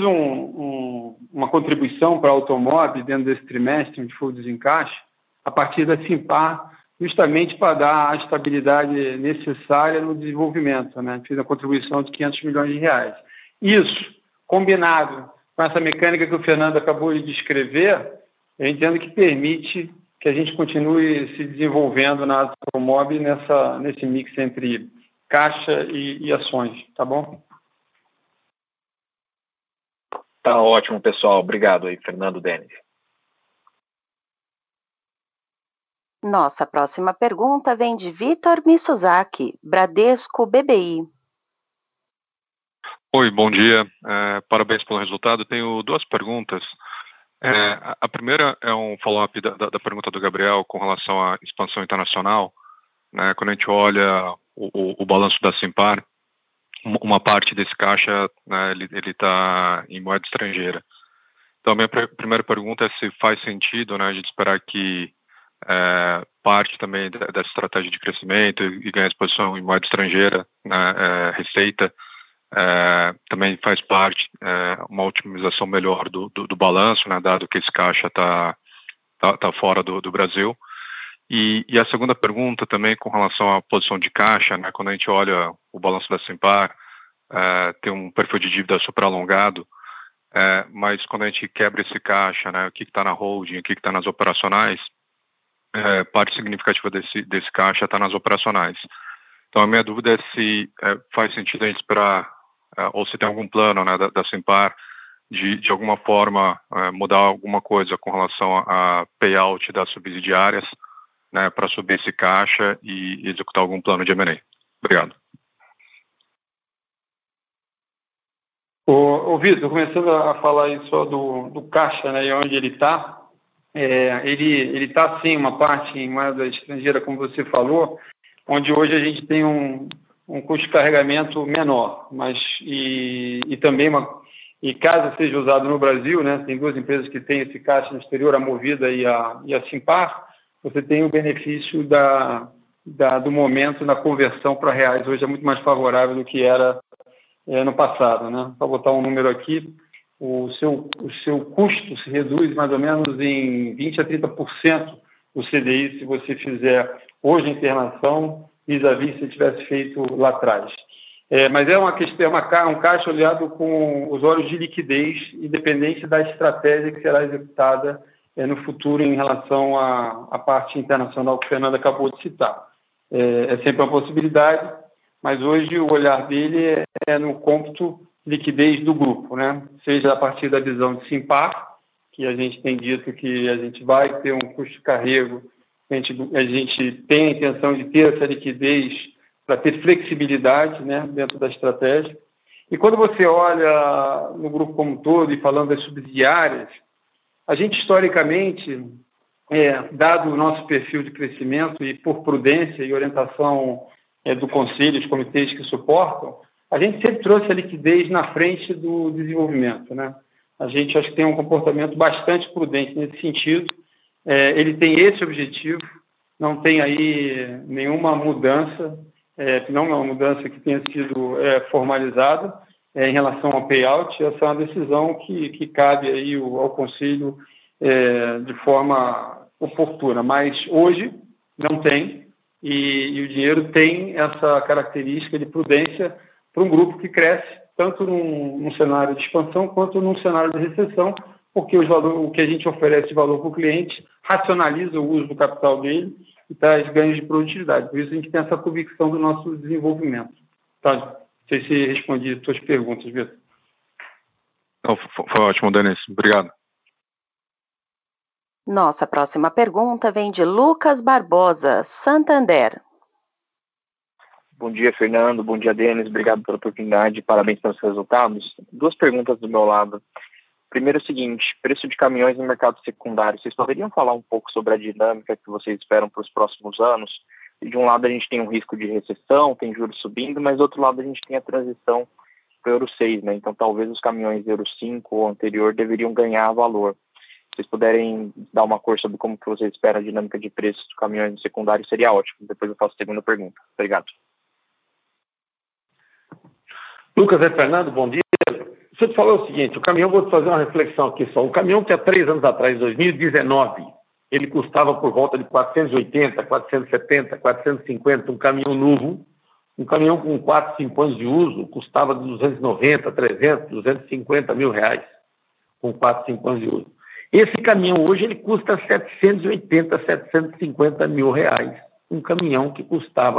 uma contribuição para a automóvel dentro desse trimestre, onde foi o desencaixe, a partir da Simpar, justamente para dar a estabilidade necessária no desenvolvimento, né? Fiz a contribuição de R$500 milhões. Isso, combinado com essa mecânica que o Fernando acabou de descrever, eu entendo que permite que a gente continue se desenvolvendo na automóvel nesse mix entre caixa e ações, tá bom? Tá ótimo, pessoal. Obrigado aí, Fernando, Denis. Nossa próxima pergunta vem de Vitor Mizusaki, Bradesco BBI. Oi, bom dia. Parabéns pelo resultado. Tenho duas perguntas. A primeira é um follow-up da pergunta do Gabriel com relação à expansão internacional. Né? Quando a gente olha o balanço da Simpar, uma parte desse caixa, né, ele está em moeda estrangeira. Então, a minha primeira pergunta é se faz sentido, né, a gente esperar que parte também dessa estratégia de crescimento e ganhar exposição em moeda estrangeira, né, receita, também faz parte uma otimização melhor do balanço, né, dado que esse caixa está fora do Brasil. E a segunda pergunta também com relação à posição de caixa, né, quando a gente olha o balanço da Simpar, tem um perfil de dívida super alongado, mas quando a gente quebra esse caixa, né, o que está na holding, o que está nas operacionais, parte significativa desse caixa está nas operacionais. Então, a minha dúvida é se faz sentido a gente esperar, ou se tem algum plano, né, da Simpar de alguma forma mudar alguma coisa com relação a payout das subsidiárias, né, para subir esse caixa e executar algum plano de M&A. Obrigado. Ô Vitor, começando a falar aí só do caixa, né, e onde ele está. Ele está, sim, uma parte em moeda estrangeira, como você falou, onde hoje a gente tem um custo de carregamento menor, mas e também e caso seja usado no Brasil, né, tem duas empresas que têm esse caixa no exterior, a Movida e a Simpar, você tem o benefício do momento na conversão para reais. Hoje é muito mais favorável do que era no passado, né? Para botar um número aqui, o seu custo se reduz mais ou menos em 20% a 30% o CDI se você fizer hoje a internação vis-à-vis se tivesse feito lá atrás. Mas é uma questão, um caixa olhado com os olhos de liquidez, independente da estratégia que será executada no futuro em relação à parte internacional que o Fernando acabou de citar. É sempre uma possibilidade, mas hoje o olhar dele é no cômputo liquidez do grupo, né? Seja a partir da visão de Simpar, que a gente tem dito que a gente vai ter um custo de carrego, a gente tem a intenção de ter essa liquidez para ter flexibilidade, né, dentro da estratégia. E quando você olha no grupo como um todo e falando das subsidiárias, a gente historicamente, dado o nosso perfil de crescimento e por prudência e orientação do conselho, os comitês que suportam, a gente sempre trouxe a liquidez na frente do desenvolvimento, né? A gente acho que tem um comportamento bastante prudente nesse sentido. Ele tem esse objetivo, não tem aí nenhuma mudança, não é uma mudança que tenha sido formalizada em relação ao payout. Essa é uma decisão que cabe aí ao Conselho de forma oportuna, mas hoje não tem, e o dinheiro tem essa característica de prudência para um grupo que cresce tanto num cenário de expansão quanto num cenário de recessão, porque o que a gente oferece de valor para o cliente racionaliza o uso do capital dele e traz ganhos de produtividade. Por isso a gente tem essa convicção do nosso desenvolvimento. Tá? Não sei se respondi as tuas perguntas, Vitor. Foi ótimo, Denis. Obrigado. Nossa próxima pergunta vem de Lucas Barbosa, Santander. Bom dia, Fernando. Bom dia, Denis. Obrigado pela oportunidade. Parabéns pelos resultados. Duas perguntas do meu lado. Primeiro é o seguinte, preço de caminhões no mercado secundário. Vocês poderiam falar um pouco sobre a dinâmica que vocês esperam para os próximos anos? De um lado a gente tem um risco de recessão, tem juros subindo, mas do outro lado a gente tem a transição para o Euro 6, né? Então talvez os caminhões Euro 5 ou anterior deveriam ganhar valor. Se vocês puderem dar uma cor sobre como que vocês esperam a dinâmica de preços dos caminhões no secundário, seria ótimo. Depois eu faço a segunda pergunta. Obrigado. Lucas, Fernando, bom dia. Deixa eu te falar o seguinte, o caminhão, vou te fazer uma reflexão aqui só. Um caminhão que há 3 anos atrás, em 2019, ele custava por volta de 480, 470, 450, um caminhão novo. Um caminhão com 4, 5 anos de uso custava de 290, 300, 250 mil reais, com 4, 5 anos de uso. Esse caminhão hoje ele custa 780, 750 mil reais. Um caminhão que custava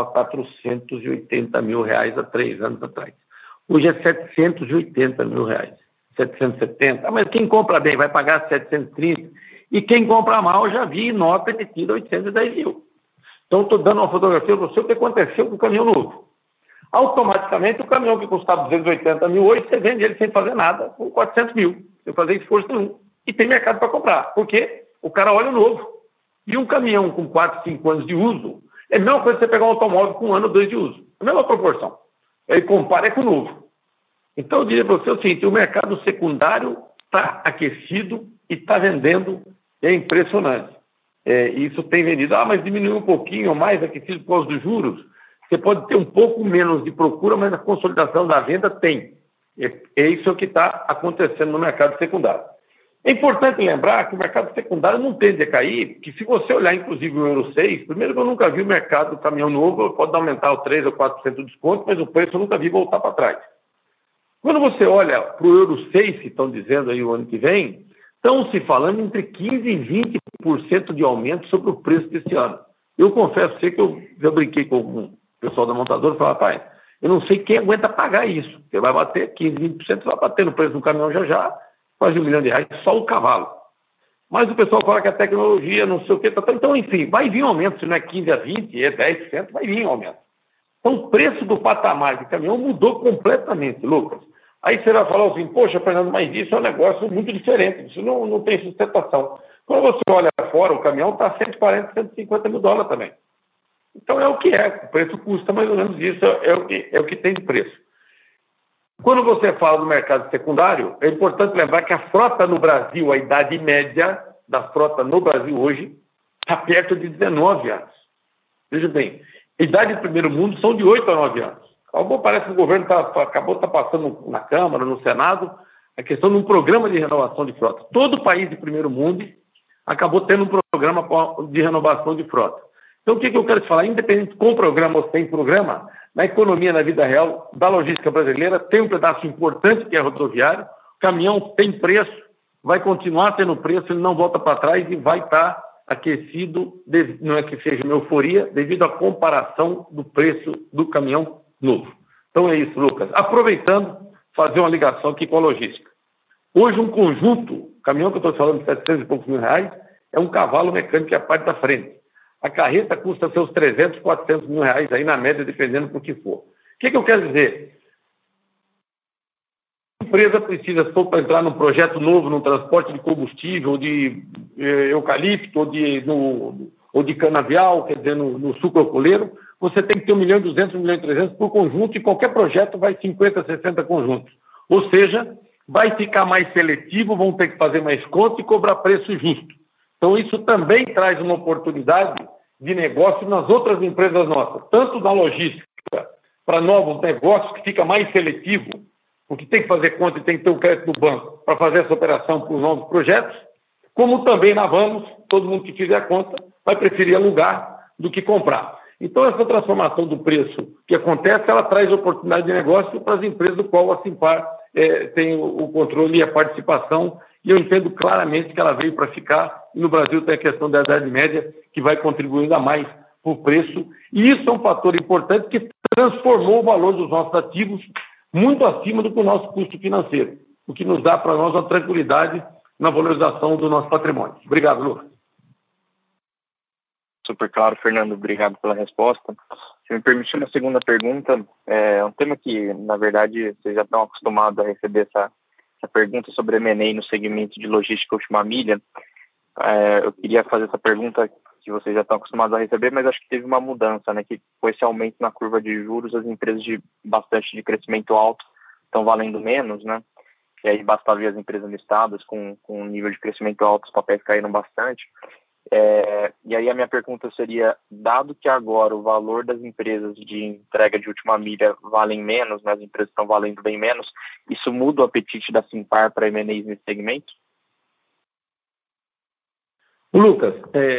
480 mil reais há 3 anos atrás. Hoje é 780 mil reais, 770. Mas quem compra bem vai pagar 730. E quem compra mal, já vi nota emitida 810 mil. Então, estou dando uma fotografia para você o que aconteceu com o caminhão novo. Automaticamente, o caminhão que custava 280 mil hoje, você vende ele sem fazer nada, com 400 mil, sem fazer esforço nenhum. E tem mercado para comprar. Por quê? O cara olha o novo. E um caminhão com 4, 5 anos de uso, é a mesma coisa que você pegar um automóvel com 1 ano ou 2 de uso. A mesma proporção. Aí compara com o novo. Então, eu diria para você o seguinte, o mercado secundário está aquecido e está vendendo, é impressionante. Isso tem vendido, mas diminuiu um pouquinho ou mais aquecido por causa dos juros. Você pode ter um pouco menos de procura, mas a consolidação da venda tem. É isso que está acontecendo no mercado secundário. É importante lembrar que o mercado secundário não tende a cair, que se você olhar, inclusive, o Euro 6, primeiro que eu nunca vi o mercado do caminhão novo, pode aumentar o 3% ou 4% do desconto, mas o preço eu nunca vi voltar para trás. Quando você olha para o Euro 6, que estão dizendo aí o ano que vem, estão se falando entre 15% e 20% de aumento sobre o preço desse ano. Eu confesso a você que eu já brinquei com o pessoal da montadora e falei, rapaz, eu não sei quem aguenta pagar isso. Você vai bater 15%, 20%, você vai bater no preço do caminhão já, quase R$1 milhão, só o cavalo. Mas o pessoal fala que a tecnologia, não sei o que, então, enfim, vai vir um aumento, se não é 15% a 20%, é 10%, vai vir um aumento. Então, o preço do patamar de caminhão mudou completamente, Lucas. Aí você vai falar assim, poxa, Fernando, mas isso é um negócio muito diferente, isso não tem sustentação. Quando você olha fora, o caminhão está 140, 150 mil dólares também. Então, é o que é, o preço custa mais ou menos isso, é o que tem de preço. Quando você fala do mercado secundário, é importante lembrar que a frota no Brasil, a idade média da frota no Brasil hoje, está perto de 19 anos. Veja bem, a idade do primeiro mundo são de 8 a 9 anos. Parece que o governo acabou passando na Câmara, no Senado, a questão de um programa de renovação de frota. Todo país de primeiro mundo acabou tendo um programa de renovação de frota. Então, o que eu quero te falar? Independente com programa ou sem programa, na economia, na vida real, da logística brasileira, tem um pedaço importante que é rodoviário. O caminhão tem preço, vai continuar tendo preço, ele não volta para trás e vai estar aquecido, não é que seja uma euforia, devido à comparação do preço do caminhão novo. Então é isso, Lucas. Aproveitando, fazer uma ligação aqui com a logística. Hoje um conjunto, caminhão que eu estou falando de 700 e poucos mil reais, é um cavalo mecânico que é a parte da frente. A carreta custa seus 300, 400 mil reais aí na média, dependendo do que for. O que eu quero dizer? A empresa precisa, se for para entrar num projeto novo, num transporte de combustível, ou de eucalipto, ou de canavial, quer dizer, no suco alcooleiro, você tem que ter 1.200.000, 1.300.000 por conjunto, e qualquer projeto vai 50, 60 conjuntos. Ou seja, vai ficar mais seletivo, vão ter que fazer mais conta e cobrar preço justo. Então, isso também traz uma oportunidade de negócio nas outras empresas nossas, tanto na logística, para novos negócios, que fica mais seletivo, porque tem que fazer conta e tem que ter o crédito do banco para fazer essa operação para os novos projetos, como também na Vamos, todo mundo que fizer a conta vai preferir alugar do que comprar. Então, essa transformação do preço que acontece, ela traz oportunidade de negócio para as empresas do qual a Simpar tem o controle e a participação, e eu entendo claramente que ela veio para ficar, e no Brasil tem a questão da idade média, que vai contribuir ainda mais para o preço, e isso é um fator importante que transformou o valor dos nossos ativos muito acima do que o nosso custo financeiro, o que nos dá para nós uma tranquilidade na valorização do nosso patrimônio. Obrigado, Lucas. Super claro, Fernando. Obrigado pela resposta. Se me permitir uma segunda pergunta, é um tema que, na verdade, vocês já estão acostumados a receber essa pergunta sobre M&A no segmento de logística última milha. Eu queria fazer essa pergunta que vocês já estão acostumados a receber, mas acho que teve uma mudança, né? Que com esse aumento na curva de juros, as empresas de crescimento alto estão valendo menos, né? E aí basta ver as empresas listadas com um nível de crescimento alto, os papéis caíram bastante. E aí a minha pergunta seria, dado que agora o valor das empresas de entrega de última milha valem menos, né, as empresas estão valendo bem menos, isso muda o apetite da Simpar para M&As nesse segmento? Lucas,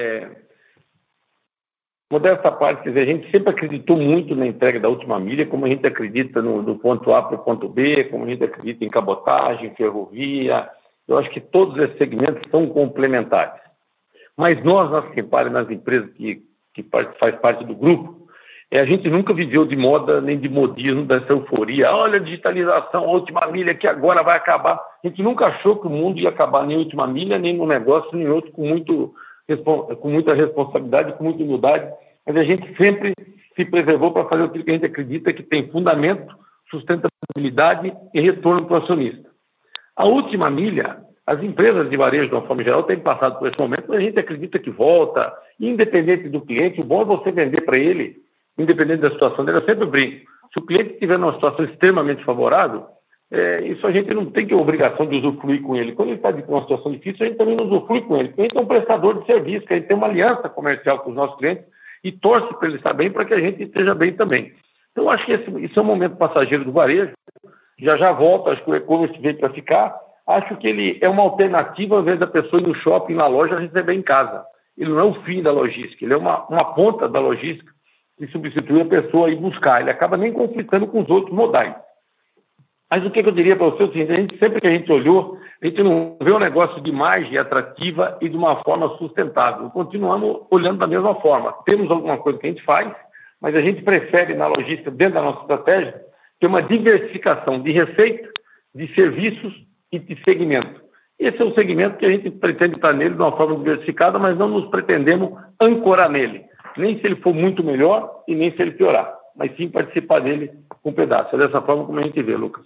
modesta parte, quer dizer, a gente sempre acreditou muito na entrega da última milha, como a gente acredita do ponto A para o ponto B, como a gente acredita em cabotagem, ferrovia. Eu acho que todos esses segmentos são complementares. Mas nós, na Simpar e nas empresas que faz parte do grupo, a gente nunca viveu de moda nem de modismo, dessa euforia. Olha a digitalização, a última milha que agora vai acabar. A gente nunca achou que o mundo ia acabar nem a última milha, nem no negócio, nem outro, com muita responsabilidade, com muita humildade. Mas a gente sempre se preservou para fazer aquilo que a gente acredita que tem fundamento, sustentabilidade e retorno para o acionista. A última milha, as empresas de varejo, de uma forma geral, têm passado por esse momento, mas a gente acredita que volta, independente do cliente. O bom é você vender para ele, independente da situação dele. Eu sempre brinco. Se o cliente estiver numa situação extremamente favorável, isso a gente não tem que a obrigação de usufruir com ele. Quando ele está numa situação difícil, a gente também não usufrui com ele. Porque a gente é um prestador de serviço, que a gente tem uma aliança comercial com os nossos clientes e torce para ele estar bem, para que a gente esteja bem também. Então, eu acho que isso é um momento passageiro do varejo. Já volta, acho que o e-commerce veio para ficar. Acho que ele é uma alternativa, ao invés da pessoa ir no shopping, na loja, receber em casa. Ele não é o fim da logística, ele é uma ponta da logística que substitui a pessoa a ir buscar. Ele acaba nem conflitando com os outros modais. Mas o que eu diria para você é o seguinte, sempre que a gente olhou, a gente não vê um negócio de imagem atrativa e de uma forma sustentável. Continuamos olhando da mesma forma. Temos alguma coisa que a gente faz, mas a gente prefere, na logística, dentro da nossa estratégia, ter uma diversificação de receita, de serviços e de segmento. Esse é o segmento que a gente pretende estar nele de uma forma diversificada, mas não nos pretendemos ancorar nele, nem se ele for muito melhor e nem se ele piorar, mas sim participar dele com um pedaço. É dessa forma como a gente vê, Lucas.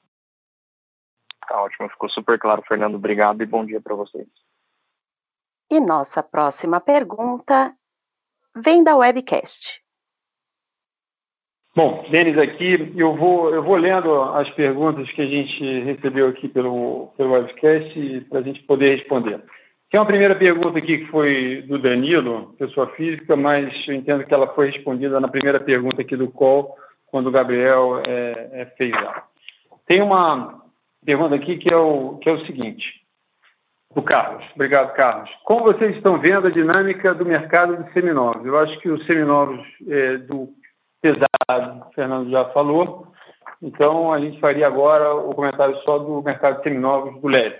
Tá ótimo, ficou super claro, Fernando. Obrigado e bom dia para vocês. E nossa próxima pergunta vem da webcast. Bom, Denis, aqui eu vou lendo as perguntas que a gente recebeu aqui pelo webcast para a gente poder responder. Tem uma primeira pergunta aqui que foi do Danilo, pessoa física, mas eu entendo que ela foi respondida na primeira pergunta aqui do call, quando o Gabriel fez ela. Tem uma pergunta aqui que é o seguinte, do Carlos. Obrigado, Carlos. Como vocês estão vendo a dinâmica do mercado de seminovos? Eu acho que os seminovos do pesado, o Fernando já falou, então a gente faria agora o comentário só do mercado de seminovos do leve.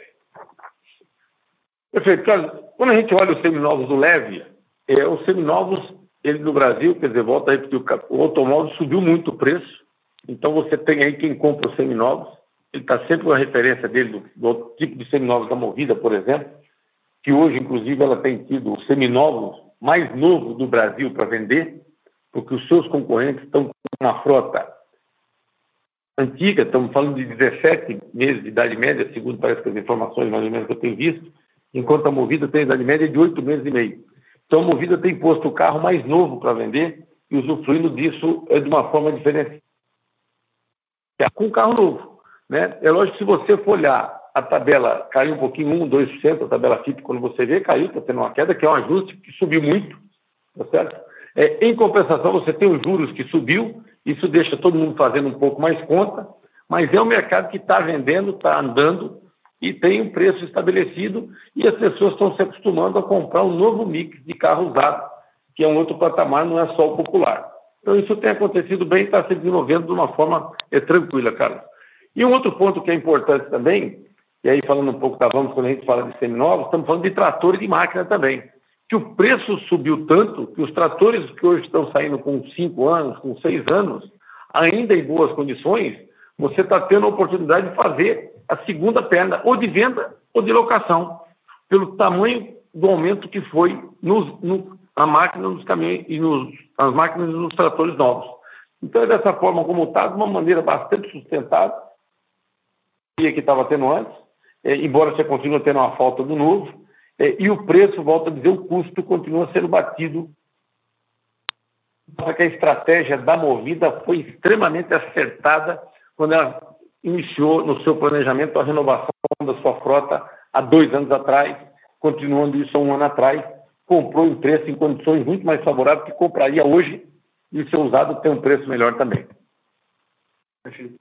Perfeito. Quando a gente olha os seminovos do leve, os seminovos, ele no Brasil, quer dizer, volta a repetir, o automóvel subiu muito o preço, então você tem aí quem compra os seminovos, ele está sempre com a referência dele do tipo de seminovos da Movida, por exemplo, que hoje, inclusive, ela tem tido os seminovos mais novos do Brasil para vender, porque os seus concorrentes estão com uma frota antiga, estamos falando de 17 meses de idade média, segundo parece que as informações mais ou menos que eu tenho visto, enquanto a Movida tem idade média de 8 meses e meio. Então a Movida tem posto o carro mais novo para vender e usufruindo disso de uma forma diferente. Com o carro novo, né? É lógico que se você for olhar a tabela, caiu um pouquinho, 1, 2%, a tabela FIP, quando você vê, caiu, está tendo uma queda, que é um ajuste que subiu muito, tá certo? Em compensação, você tem os juros que subiu, isso deixa todo mundo fazendo um pouco mais conta, mas é um mercado que está vendendo, está andando e tem um preço estabelecido e as pessoas estão se acostumando a comprar um novo mix de carro usado, que é um outro patamar, não é só o popular. Então isso tem acontecido bem e está se desenvolvendo de uma forma tranquila, Carlos. E um outro ponto que é importante também, e aí falando um pouco da Vamos, quando a gente fala de seminovos, estamos falando de trator e de máquina também, que o preço subiu tanto que os tratores que hoje estão saindo com 5 anos, com 6 anos, ainda em boas condições, você está tendo a oportunidade de fazer a segunda perna, ou de venda ou de locação, pelo tamanho do aumento que foi na máquina, nos caminhões e nas máquinas e nos tratores novos. Então é dessa forma como está, de uma maneira bastante sustentada, que estava tendo antes, embora você continue tendo uma falta do novo, e o preço, volto a dizer, o custo continua sendo batido. Porque a estratégia da Movida foi extremamente acertada quando ela iniciou no seu planejamento a renovação da sua frota há 2 anos atrás, continuando isso há 1 ano atrás, comprou em preço, em condições muito mais favoráveis que compraria hoje, e o seu usado tem um preço melhor também. Perfeito.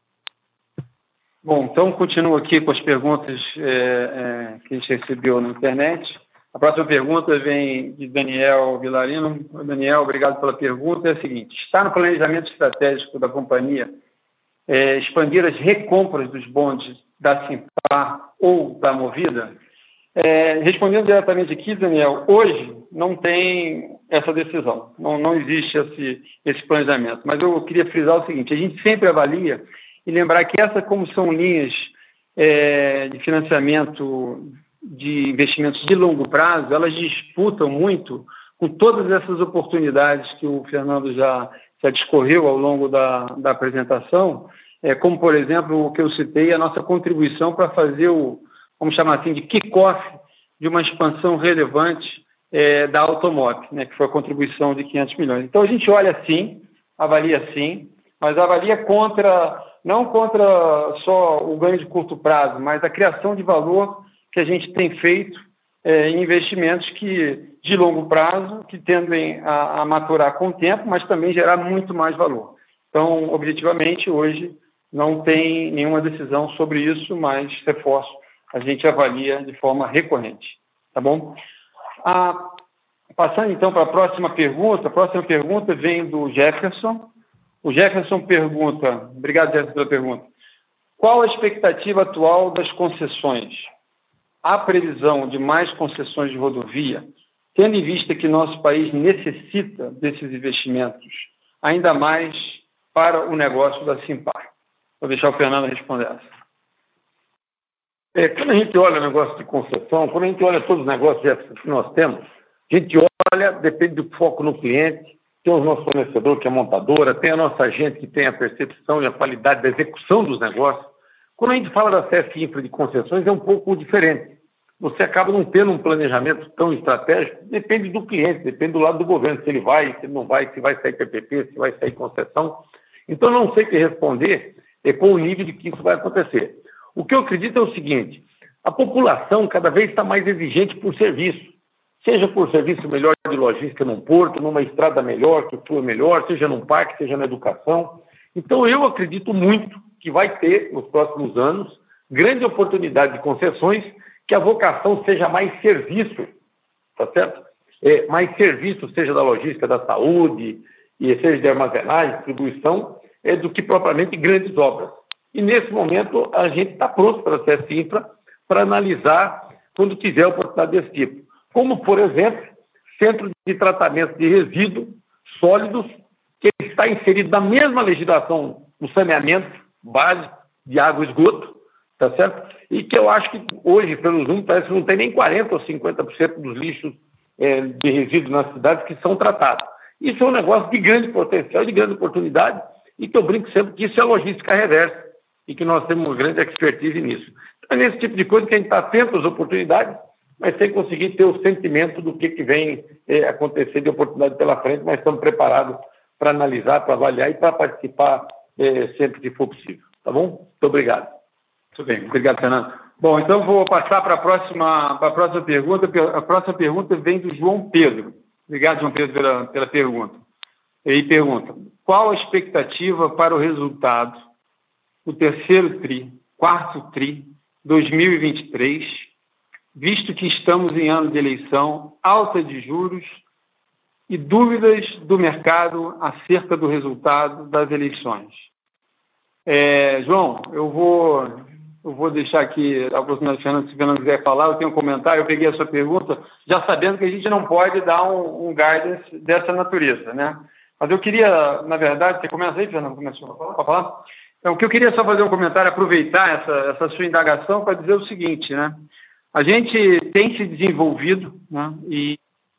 Bom, então continuo aqui com as perguntas que a gente recebeu na internet. A próxima pergunta vem de Daniel Vilarino. Daniel, obrigado pela pergunta. É a seguinte: está no planejamento estratégico da companhia expandir as recompras dos bondes da Simpar ou da Movida? Respondendo diretamente aqui, Daniel, hoje não tem essa decisão, não existe esse planejamento. Mas eu queria frisar o seguinte: a gente sempre avalia e lembrar que como são linhas de financiamento de investimentos de longo prazo, elas disputam muito com todas essas oportunidades que o Fernando já discorreu ao longo da apresentação, como, por exemplo, o que eu citei, a nossa contribuição para fazer vamos chamar assim, de kick-off de uma expansão relevante da Automob, né, que foi a contribuição de 500 milhões. Então, a gente olha assim, avalia assim, mas avalia não contra só o ganho de curto prazo, mas a criação de valor que a gente tem feito em investimentos de longo prazo, que tendem a maturar com o tempo, mas também gerar muito mais valor. Então, objetivamente, hoje não tem nenhuma decisão sobre isso, mas, reforço, a gente avalia de forma recorrente. Tá bom? Passando, então, para a próxima pergunta vem do Jefferson. O Jefferson pergunta, obrigado, Jefferson, pela pergunta: qual a expectativa atual das concessões? Há previsão de mais concessões de rodovia, tendo em vista que nosso país necessita desses investimentos, ainda mais para o negócio da Simpar? Vou deixar o Fernando responder essa. Quando a gente olha o negócio de concessão, quando a gente olha todos os negócios que nós temos, a gente olha, depende do foco no cliente, tem o nosso fornecedor, que é a montadora, tem a nossa gente que tem a percepção e a qualidade da execução dos negócios. Quando a gente fala da CF Infra de concessões, é um pouco diferente, você acaba não tendo um planejamento tão estratégico. Depende do cliente, depende do lado do governo, se ele vai, se ele não vai, se vai sair PPP, se vai sair concessão. Então, não sei o que responder com o nível de que isso vai acontecer. O que eu acredito é o seguinte: a população cada vez está mais exigente por serviço, seja por serviço melhor de logística num porto, numa estrada melhor, que flua melhor, seja num parque, seja na educação. Então, eu acredito muito que vai ter, nos próximos anos, grande oportunidade de concessões, que a vocação seja mais serviço, tá certo? Mais serviço, seja da logística, da saúde, e seja de armazenagem, distribuição, do que propriamente grandes obras. E, nesse momento, a gente está pronto para a CS Infra para analisar quando tiver oportunidade desse tipo. Como, por exemplo, centro de tratamento de resíduos sólidos, que está inserido na mesma legislação do saneamento básico de água e esgoto, tá certo? E que eu acho que hoje, pelos números, parece que não tem nem 40% ou 50% dos lixos de resíduos nas cidades que são tratados. Isso é um negócio de grande potencial, de grande oportunidade, e que eu brinco sempre que isso é logística reversa e que nós temos uma grande expertise nisso. Então, é nesse tipo de coisa que a gente está atento às oportunidades, mas sem conseguir ter o sentimento do que vem acontecer de oportunidade pela frente, mas estamos preparados para analisar, para avaliar e para participar sempre que for possível. Tá bom? Muito obrigado. Muito bem, obrigado, Fernando. Bom, então vou passar para a próxima pergunta. A próxima pergunta vem do João Pedro. Obrigado, João Pedro, pela pergunta. Ele pergunta: qual a expectativa para o resultado do terceiro TRI, quarto TRI, 2023, visto que estamos em ano de eleição, alta de juros e dúvidas do mercado acerca do resultado das eleições? João, eu vou deixar aqui a oportunidade do Fernando, se o Fernando quiser falar. Eu tenho um comentário, eu peguei a sua pergunta, já sabendo que a gente não pode dar um guidance dessa natureza, né? Mas eu queria, na verdade, você começa aí, Fernando? Começou a falar? Então, o que eu queria só fazer um comentário, aproveitar essa sua indagação para dizer o seguinte, né? A gente tem se desenvolvido, né? E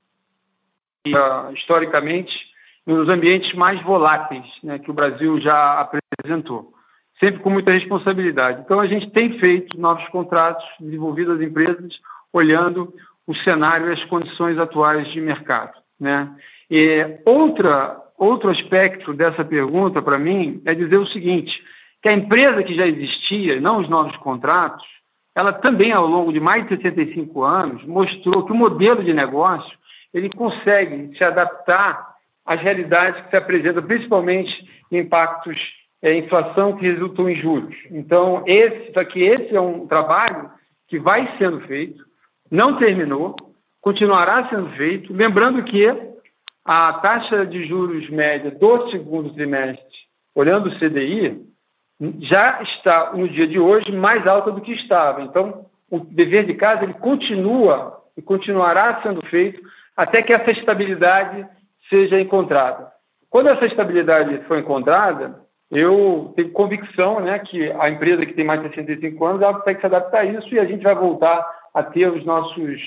historicamente, nos ambientes mais voláteis, né, que o Brasil já apresentou, sempre com muita responsabilidade. Então, a gente tem feito novos contratos, desenvolvido as empresas, olhando o cenário e as condições atuais de mercado, né? E outro aspecto dessa pergunta, para mim, é dizer o seguinte, que a empresa que já existia, não os novos contratos, ela também, ao longo de mais de 65 anos, mostrou que o modelo de negócio ele consegue se adaptar às realidades que se apresentam, principalmente impactos, inflação que resultam em juros. Então, esse é um trabalho que vai sendo feito, não terminou, continuará sendo feito, lembrando que a taxa de juros média do segundo trimestre, olhando o CDI, já está, no dia de hoje, mais alta do que estava. Então, o dever de casa ele continua e continuará sendo feito até que essa estabilidade seja encontrada. Quando essa estabilidade for encontrada, eu tenho convicção, né, que a empresa que tem mais de 65 anos ela tem que se adaptar a isso e a gente vai voltar a ter os nossos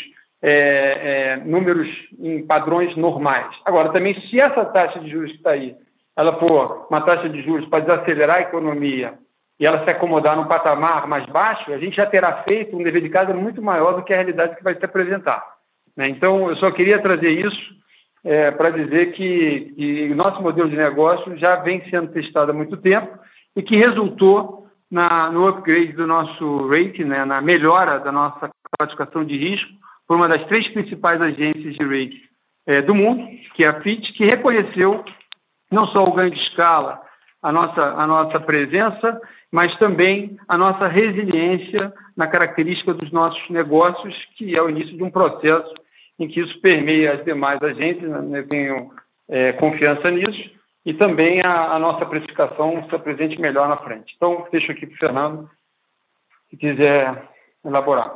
números em padrões normais. Agora, também, se essa taxa de juros que está aí, ela for uma taxa de juros para desacelerar a economia e ela se acomodar num patamar mais baixo, a gente já terá feito um dever de casa muito maior do que a realidade que vai se apresentar, né? Então, eu só queria trazer isso para dizer que o nosso modelo de negócio já vem sendo testado há muito tempo e que resultou no upgrade do nosso rating, né, na melhora da nossa classificação de risco por uma das 3 principais agências de rating do mundo, que é a Fitch, que reconheceu não só o ganho de escala, a nossa presença, mas também a nossa resiliência na característica dos nossos negócios, que é o início de um processo em que isso permeia as demais agências, né? Eu tenho confiança nisso, e também a nossa precificação se apresente melhor na frente. Então, deixo aqui para o Fernando, se quiser elaborar.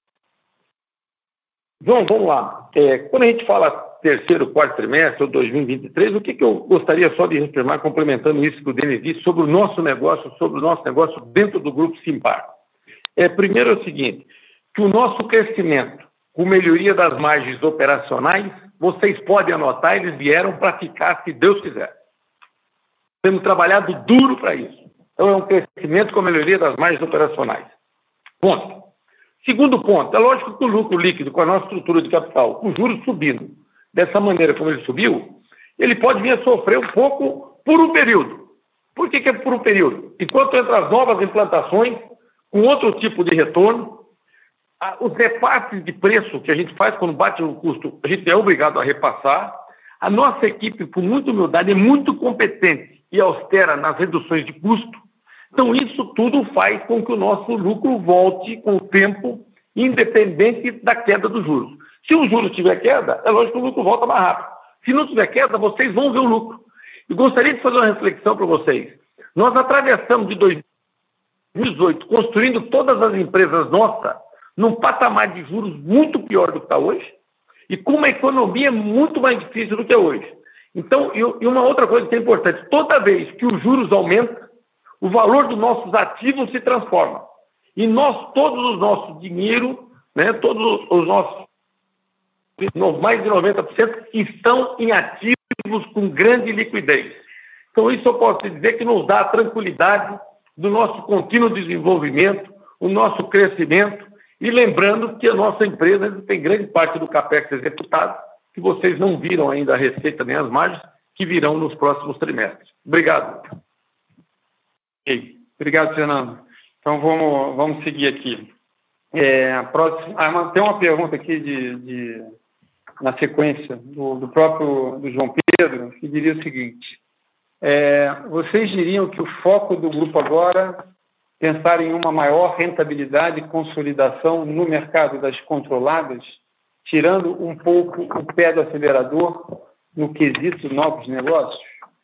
João, vamos lá. Quando a gente fala terceiro, quarto trimestre, ou 2023, o que eu gostaria só de reafirmar, complementando isso que o Denis disse, sobre o nosso negócio dentro do Grupo Simpar. Primeiro é o seguinte, que o nosso crescimento, com melhoria das margens operacionais, vocês podem anotar, eles vieram para ficar, se Deus quiser. Temos trabalhado duro para isso. Então, é um crescimento com melhoria das margens operacionais. Ponto. Segundo ponto, é lógico que o lucro líquido com a nossa estrutura de capital, com os juros subindo dessa maneira como ele subiu, ele pode vir a sofrer um pouco por um período. Por que é por um período? Enquanto entram as novas implantações, com outro tipo de retorno, os repasses de preço que a gente faz quando bate no custo, a gente é obrigado a repassar. A nossa equipe, com muita humildade, é muito competente e austera nas reduções de custo. Então, isso tudo faz com que o nosso lucro volte com o tempo, independente da queda dos juros. Se o juros tiver queda, é lógico que o lucro volta mais rápido. Se não tiver queda, vocês vão ver o lucro. E gostaria de fazer uma reflexão para vocês. Nós atravessamos de 2018, construindo todas as empresas nossas, num patamar de juros muito pior do que está hoje, e com uma economia muito mais difícil do que é hoje. Então, e uma outra coisa que é importante, toda vez que os juros aumentam, o valor dos nossos ativos se transforma. E todos os nossos dinheiro, né, todos os nossos, mais de 90%, estão em ativos com grande liquidez. Então, isso eu posso dizer que nos dá a tranquilidade do nosso contínuo desenvolvimento, o nosso crescimento, e lembrando que a nossa empresa tem grande parte do CAPEX executado, que vocês não viram ainda a receita nem as margens, que virão nos próximos trimestres. Obrigado. Okay. Obrigado, Fernando. Então, vamos seguir aqui. Tem uma pergunta aqui na sequência do próprio João Pedro, que diria o seguinte: vocês diriam que o foco do grupo agora pensar em uma maior rentabilidade e consolidação no mercado das controladas, tirando um pouco o pé do acelerador no quesito novos negócios?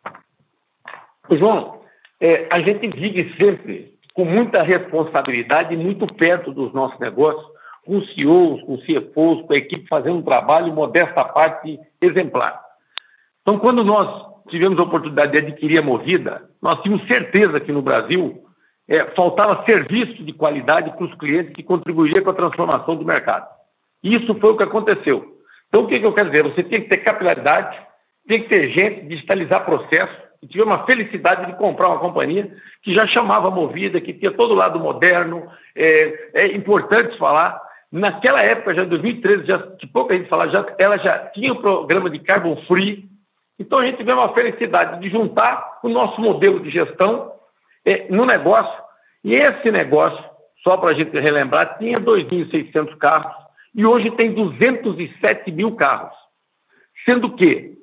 João, a gente vive sempre com muita responsabilidade e muito perto dos nossos negócios, com CEOs, com CFOs, com a equipe fazendo um trabalho, modesta parte, exemplar. Então, quando nós tivemos a oportunidade de adquirir a Movida, nós tínhamos certeza que no Brasil faltava serviço de qualidade para os clientes que contribuiria com a transformação do mercado. Isso foi o que aconteceu. Então, o que eu quero dizer? Você tem que ter capilaridade, tem que ter gente, digitalizar processo, e tive uma felicidade de comprar uma companhia que já chamava Movida, que tinha todo o lado moderno. É importante falar, naquela época, já em 2013, que pouca gente fala, ela já tinha o programa de Carbon Free. Então, a gente teve uma felicidade de juntar o nosso modelo de gestão no negócio, e esse negócio, só para a gente relembrar, tinha 2.600 carros e hoje tem 207 mil carros, sendo que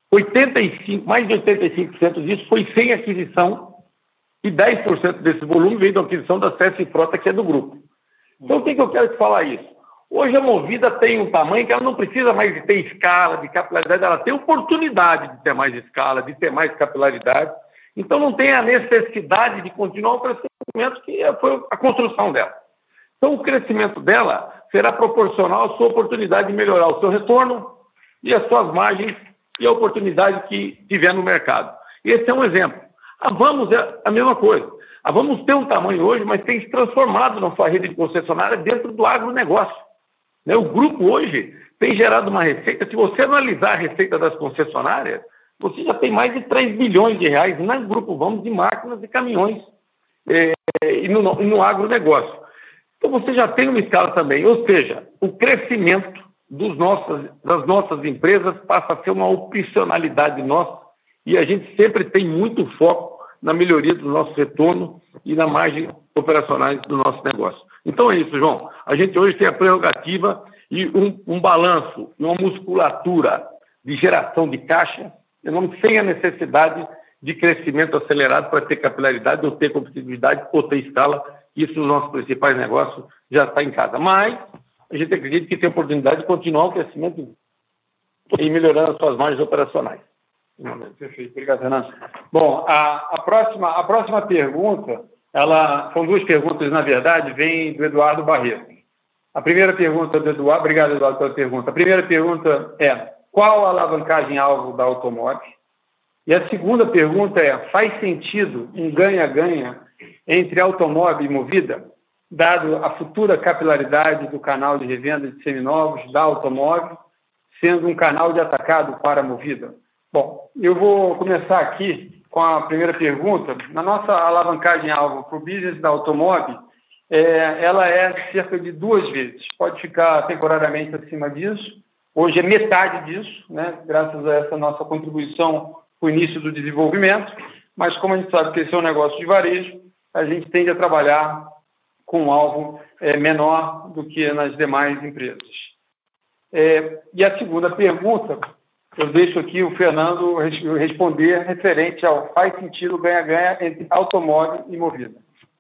mais de 85% disso foi sem aquisição e 10% desse volume veio da aquisição da CS Frota, que é do grupo. Então, o que eu quero te falar isso? Hoje a Movida tem um tamanho que ela não precisa mais de ter escala, de capilaridade, ela tem oportunidade de ter mais escala, de ter mais capilaridade. Então, não tem a necessidade de continuar o crescimento que foi a construção dela. Então, o crescimento dela será proporcional à sua oportunidade de melhorar o seu retorno e as suas margens e a oportunidade que tiver no mercado. Esse é um exemplo. A Vamos é a mesma coisa. A Vamos tem um tamanho hoje, mas tem se transformado na sua rede de concessionária dentro do agronegócio. O grupo hoje tem gerado uma receita. Se você analisar a receita das concessionárias, você já tem mais de 3 bilhões de reais no Grupo Vamos de máquinas e caminhões e no agronegócio. Então, você já tem uma escala também. Ou seja, o crescimento das nossas empresas passa a ser uma opcionalidade nossa e a gente sempre tem muito foco na melhoria do nosso retorno e na margem operacionais do nosso negócio. Então, é isso, João. A gente hoje tem a prerrogativa e um balanço, uma musculatura de geração de caixa, sem a necessidade de crescimento acelerado para ter capilaridade, ou ter competitividade, ou ter escala. Isso nos nossos principais negócios já está em casa. Mas a gente acredita que tem oportunidade de continuar o crescimento e melhorando as suas margens operacionais. Perfeito. Obrigado, Fernando. Bom, a próxima pergunta, são duas perguntas, na verdade, vem do Eduardo Barreto. A primeira pergunta do Eduardo, obrigado, Eduardo, pela pergunta. A primeira pergunta é: qual a alavancagem-alvo da Automob? E a segunda pergunta é: faz sentido um ganha-ganha entre Automob e Movida, dado a futura capilaridade do canal de revenda de seminovos da Automob, sendo um canal de atacado para a Movida? Bom, eu vou começar aqui com a primeira pergunta. Na nossa alavancagem-alvo para o business da Automob, ela é cerca de 2 vezes. Pode ficar temporariamente acima disso. Hoje é metade disso, né, graças a essa nossa contribuição para o início do desenvolvimento. Mas como a gente sabe que esse é um negócio de varejo, a gente tende a trabalhar com um alvo menor do que nas demais empresas. E a segunda pergunta, eu deixo aqui o Fernando responder referente ao faz sentido ganha-ganha entre automóvel e Movida.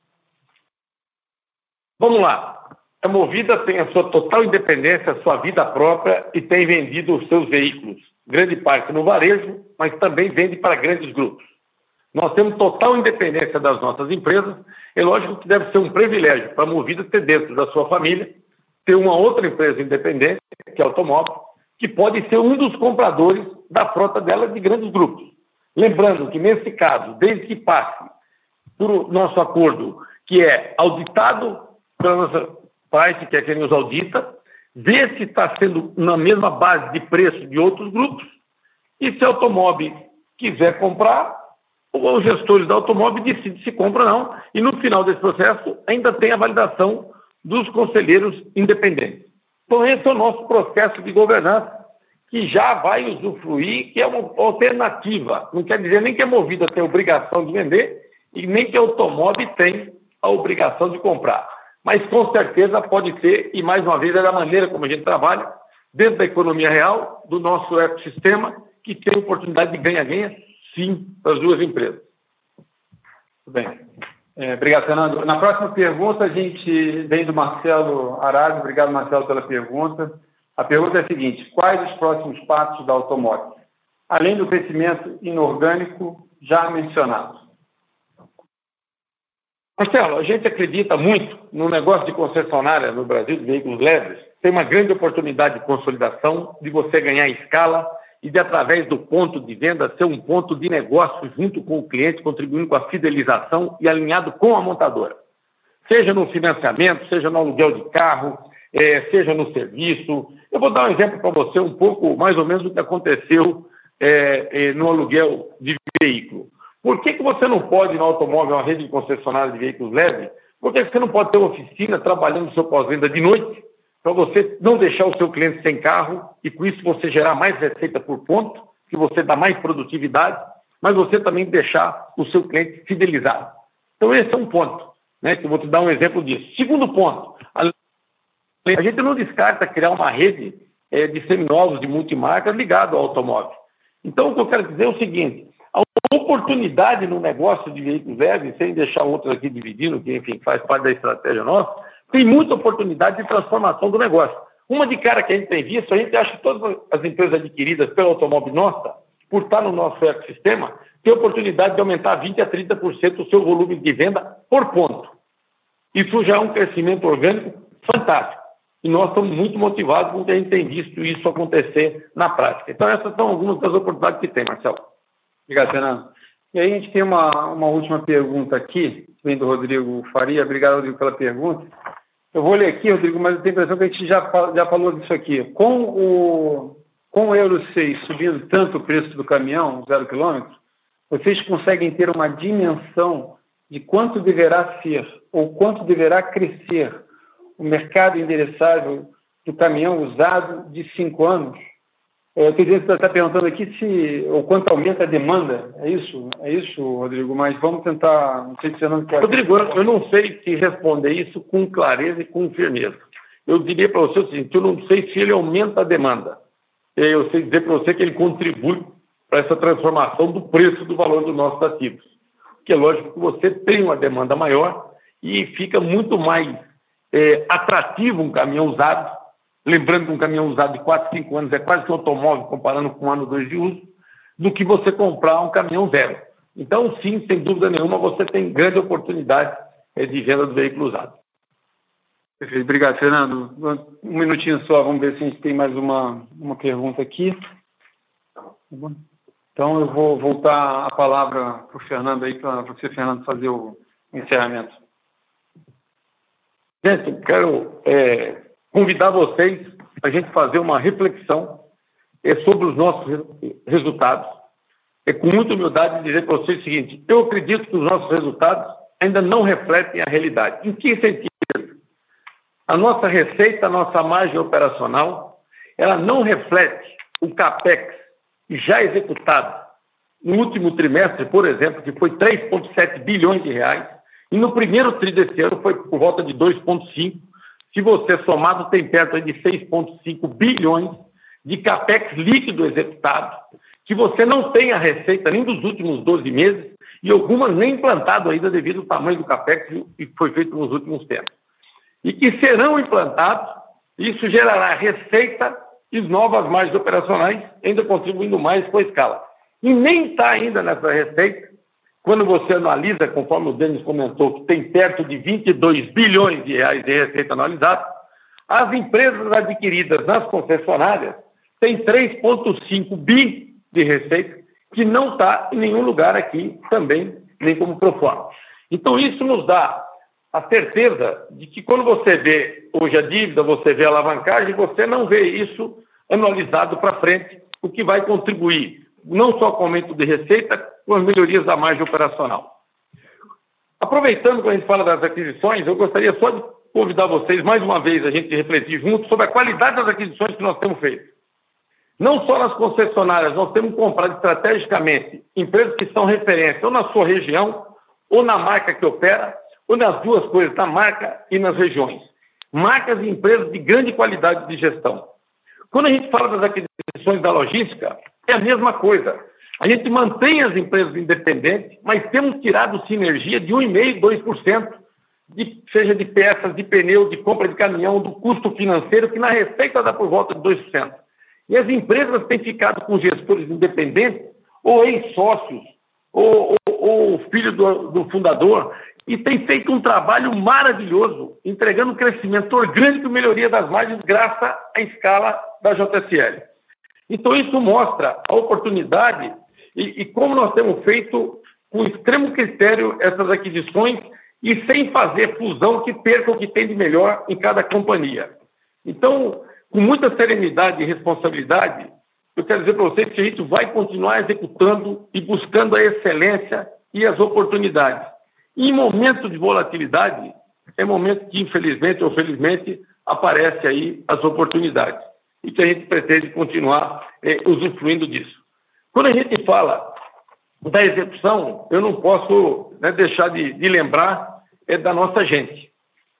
Vamos lá. A Movida tem a sua total independência, a sua vida própria e tem vendido os seus veículos. Grande parte no varejo, mas também vende para grandes grupos. Nós temos total independência das nossas empresas. É lógico que deve ser um privilégio para a Movida ter dentro da sua família, ter uma outra empresa independente, que é a Automóvel, que pode ser um dos compradores da frota dela de grandes grupos. Lembrando que, nesse caso, desde que passe por o nosso acordo, que é auditado pela nossa parte, que é quem nos audita, ver se está sendo na mesma base de preço de outros grupos, e se a Automóvel quiser comprar, os gestores da Automóvel decidem se compra ou não, e no final desse processo ainda tem a validação dos conselheiros independentes. Então esse é o nosso processo de governança, que já vai usufruir, que é uma alternativa. Não quer dizer nem que a Movida tem a obrigação de vender, e nem que a Automóvel tem a obrigação de comprar. Mas com certeza pode ter, e mais uma vez é da maneira como a gente trabalha, dentro da economia real, do nosso ecossistema, que tem oportunidade de ganha-ganha, sim, para as duas empresas. Muito bem. Obrigado, Fernando. Na próxima pergunta, a gente vem do Marcelo Arado. Obrigado, Marcelo, pela pergunta. A pergunta é a seguinte: quais os próximos passos da Automóvel, além do crescimento inorgânico já mencionado? Marcelo, a gente acredita muito no negócio de concessionária no Brasil de veículos leves. Tem uma grande oportunidade de consolidação, de você ganhar escala e de, através do ponto de venda, ser um ponto de negócio junto com o cliente, contribuindo com a fidelização e alinhado com a montadora. Seja no financiamento, seja no aluguel de carro, seja no serviço. Eu vou dar um exemplo para você, um pouco mais ou menos do que aconteceu no aluguel de veículo. Por que você não pode, no Automóvel, uma rede de concessionária de veículos leves, por que você não pode ter uma oficina trabalhando no seu pós-venda de noite, para você não deixar o seu cliente sem carro e, com isso, você gerar mais receita por ponto, que você dá mais produtividade, mas você também deixar o seu cliente fidelizado. Então, esse é um ponto, né, que eu vou te dar um exemplo disso. Segundo ponto, a gente não descarta criar uma rede de seminovos, de multimarcas ligado ao automóvel. Então, o que eu quero dizer é o seguinte: a oportunidade no negócio de veículos leves, sem deixar outros aqui dividindo, que, enfim, faz parte da estratégia nossa, tem muita oportunidade de transformação do negócio. Uma de cara que a gente tem visto, a gente acha que todas as empresas adquiridas pelo Automóvel nossa, por estar no nosso ecossistema, tem oportunidade de aumentar 20% a 30% o seu volume de venda por ponto. Isso já é um crescimento orgânico fantástico. E nós estamos muito motivados porque a gente tem visto isso acontecer na prática. Então, essas são algumas das oportunidades que tem, Marcelo. Obrigado, Fernando. E aí a gente tem uma última pergunta aqui, que vem do Rodrigo Faria. Obrigado, Rodrigo, pela pergunta. Eu vou ler aqui, Rodrigo, mas eu tenho a impressão que a gente já falou disso aqui. Com o Euro 6 subindo tanto o preço do caminhão, 0 km, vocês conseguem ter uma dimensão de quanto deverá ser ou quanto deverá crescer o mercado endereçável do caminhão usado de 5 anos? Eu queria estar perguntando aqui ou quanto aumenta a demanda. É isso, Rodrigo, mas vamos tentar. Não sei se você não quer. Rodrigo, eu não sei se responder isso com clareza e com firmeza. Eu diria para você o seguinte: eu não sei se ele aumenta a demanda. Eu sei dizer para você que ele contribui para essa transformação do preço do valor dos nossos ativos. Porque é lógico que você tem uma demanda maior e fica muito mais atrativo um caminhão usado. Lembrando que um caminhão usado de 4, 5 anos é quase que um automóvel, comparando com 1 ano ou 2 de uso, do que você comprar um caminhão zero. Então, sim, sem dúvida nenhuma, você tem grande oportunidade de venda do veículo usado. Perfeito. Obrigado, Fernando. Um minutinho só, vamos ver se a gente tem mais uma pergunta aqui. Então, eu vou voltar a palavra para o Fernando aí, para você, Fernando, fazer o encerramento. Gente, eu quero convidar vocês para a gente fazer uma reflexão sobre os nossos resultados. Com muita humildade dizer para vocês o seguinte: eu acredito que os nossos resultados ainda não refletem a realidade. Em que sentido? a nossa receita, a nossa margem operacional, ela não reflete o CAPEX já executado no último trimestre, por exemplo, que foi 3,7 bilhões de reais, e no primeiro tri desse ano foi por volta de 2,5. Se você somado, tem perto de 6,5 bilhões de CAPEX líquido executado, que você não tem a receita nem dos últimos 12 meses, e algumas nem implantado ainda devido ao tamanho do CAPEX que foi feito nos últimos tempos. E que serão implantados, isso gerará receita e novas margens operacionais, ainda contribuindo mais com a escala. E nem está ainda nessa receita, quando você analisa, conforme o Denis comentou, que tem perto de 22 bilhões de reais de receita anualizada, as empresas adquiridas nas concessionárias têm 3,5 bi de receita, que não está em nenhum lugar aqui também, nem como pro forma. Então, isso nos dá a certeza de que quando você vê hoje a dívida, você vê a alavancagem, você não vê isso anualizado para frente, o que vai contribuir não só com o aumento de receita, com as melhorias da margem operacional. Aproveitando que a gente fala das aquisições, eu gostaria só de convidar vocês, mais uma vez, a gente refletir junto sobre a qualidade das aquisições que nós temos feito. Não só nas concessionárias, nós temos comprado estrategicamente empresas que são referência ou na sua região, ou na marca que opera, ou nas duas coisas, na marca e nas regiões. Marcas e empresas de grande qualidade de gestão. Quando a gente fala das aquisições da logística, é a mesma coisa. A gente mantém as empresas independentes, mas temos tirado sinergia de 1,5%, 2%, seja de peças, de pneu, de compra de caminhão, do custo financeiro, que na receita dá por volta de 2%. E as empresas têm ficado com gestores independentes, ou ex-sócios, ou filho do fundador, e tem feito um trabalho maravilhoso, entregando um crescimento orgânico e melhoria das margens graças à escala da JSL. Então, isso mostra a oportunidade e como nós temos feito com extremo critério essas aquisições e sem fazer fusão que perca o que tem de melhor em cada companhia. Então, com muita serenidade e responsabilidade, eu quero dizer para vocês que a gente vai continuar executando e buscando a excelência e as oportunidades. E em momento de volatilidade, é momento que, infelizmente ou felizmente, aparecem aí as oportunidades. E que a gente pretende continuar usufruindo disso. Quando a gente fala da execução, eu não posso deixar de lembrar da nossa gente.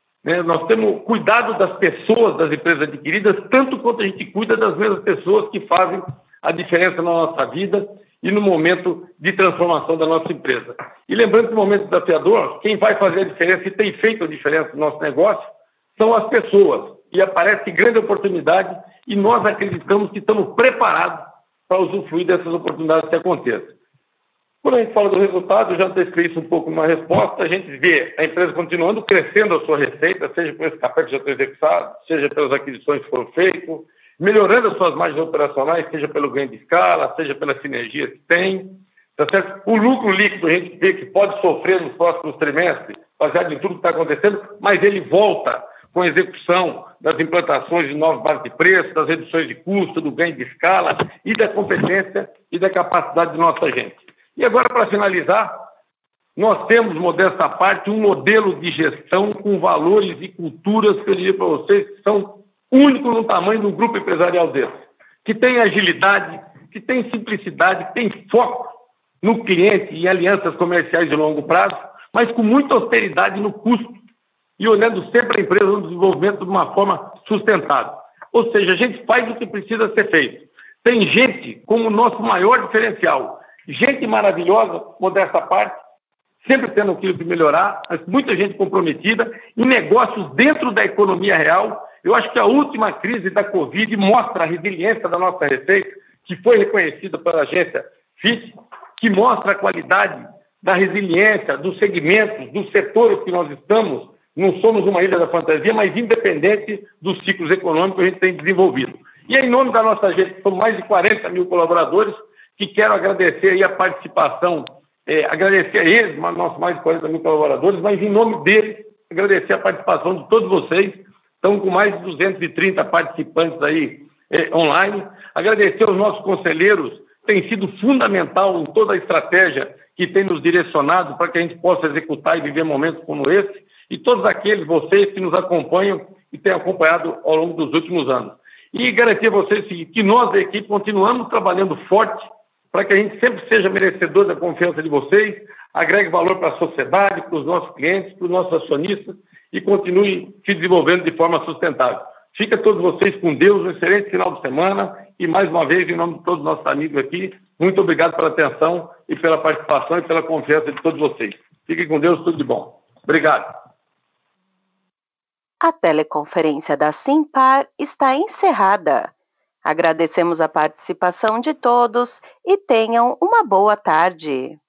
Nós temos cuidado das pessoas das empresas adquiridas, tanto quanto a gente cuida das mesmas pessoas que fazem a diferença na nossa vida e no momento de transformação da nossa empresa. E lembrando que no momento desafiador, quem vai fazer a diferença e tem feito a diferença no nosso negócio são as pessoas. E aparece grande oportunidade e nós acreditamos que estamos preparados para usufruir dessas oportunidades que aconteçam. Quando a gente fala do resultado, eu já antecipei isso um pouco numa resposta, a gente vê a empresa continuando crescendo a sua receita, seja por esse CAPEX que já foi executado, seja pelas aquisições que foram feitas, melhorando as suas margens operacionais, seja pelo ganho de escala, seja pela sinergia que tem. Tá certo? O lucro líquido a gente vê que pode sofrer nos próximos trimestres, baseado em tudo que está acontecendo, mas ele volta com a execução das implantações de novas bases de preço, das reduções de custo, do ganho de escala e da competência e da capacidade de nossa gente. E agora, para finalizar, nós temos, modesta parte, um modelo de gestão com valores e culturas que eu diria para vocês que são únicos no tamanho de um grupo empresarial desse, que tem agilidade, que tem simplicidade, que tem foco no cliente e alianças comerciais de longo prazo, mas com muita austeridade no custo e olhando sempre a empresa no desenvolvimento de uma forma sustentável. Ou seja, a gente faz o que precisa ser feito. Tem gente como nosso maior diferencial, gente maravilhosa, modesta parte, sempre tendo aquilo que melhorar, mas muita gente comprometida em negócios dentro da economia real. Eu acho que a última crise da Covid mostra a resiliência da nossa receita, que foi reconhecida pela agência FIT, que mostra a qualidade da resiliência dos segmentos, dos setores que nós estamos. Não somos uma ilha da fantasia, mas independente dos ciclos econômicos que a gente tem desenvolvido. E em nome da nossa agência, que são mais de 40 mil colaboradores, que quero agradecer aí a participação, agradecer a eles, nossos mais de 40 mil colaboradores, mas em nome deles, agradecer a participação de todos vocês. Estamos com mais de 230 participantes aí online. Agradecer aos nossos conselheiros, tem sido fundamental em toda a estratégia que tem nos direcionado para que a gente possa executar e viver momentos como esse. E todos aqueles, vocês que nos acompanham e tem acompanhado ao longo dos últimos anos. E garantir a vocês que nós, da equipe, continuamos trabalhando forte para que a gente sempre seja merecedor da confiança de vocês, agregue valor para a sociedade, para os nossos clientes, para os nossos acionistas e continue se desenvolvendo de forma sustentável. Fica todos vocês com Deus, um excelente final de semana e, mais uma vez, em nome de todos os nossos amigos aqui, muito obrigado pela atenção e pela participação e pela confiança de todos vocês. Fiquem com Deus, tudo de bom. Obrigado. A teleconferência da Simpar está encerrada. Agradecemos a participação de todos e tenham uma boa tarde.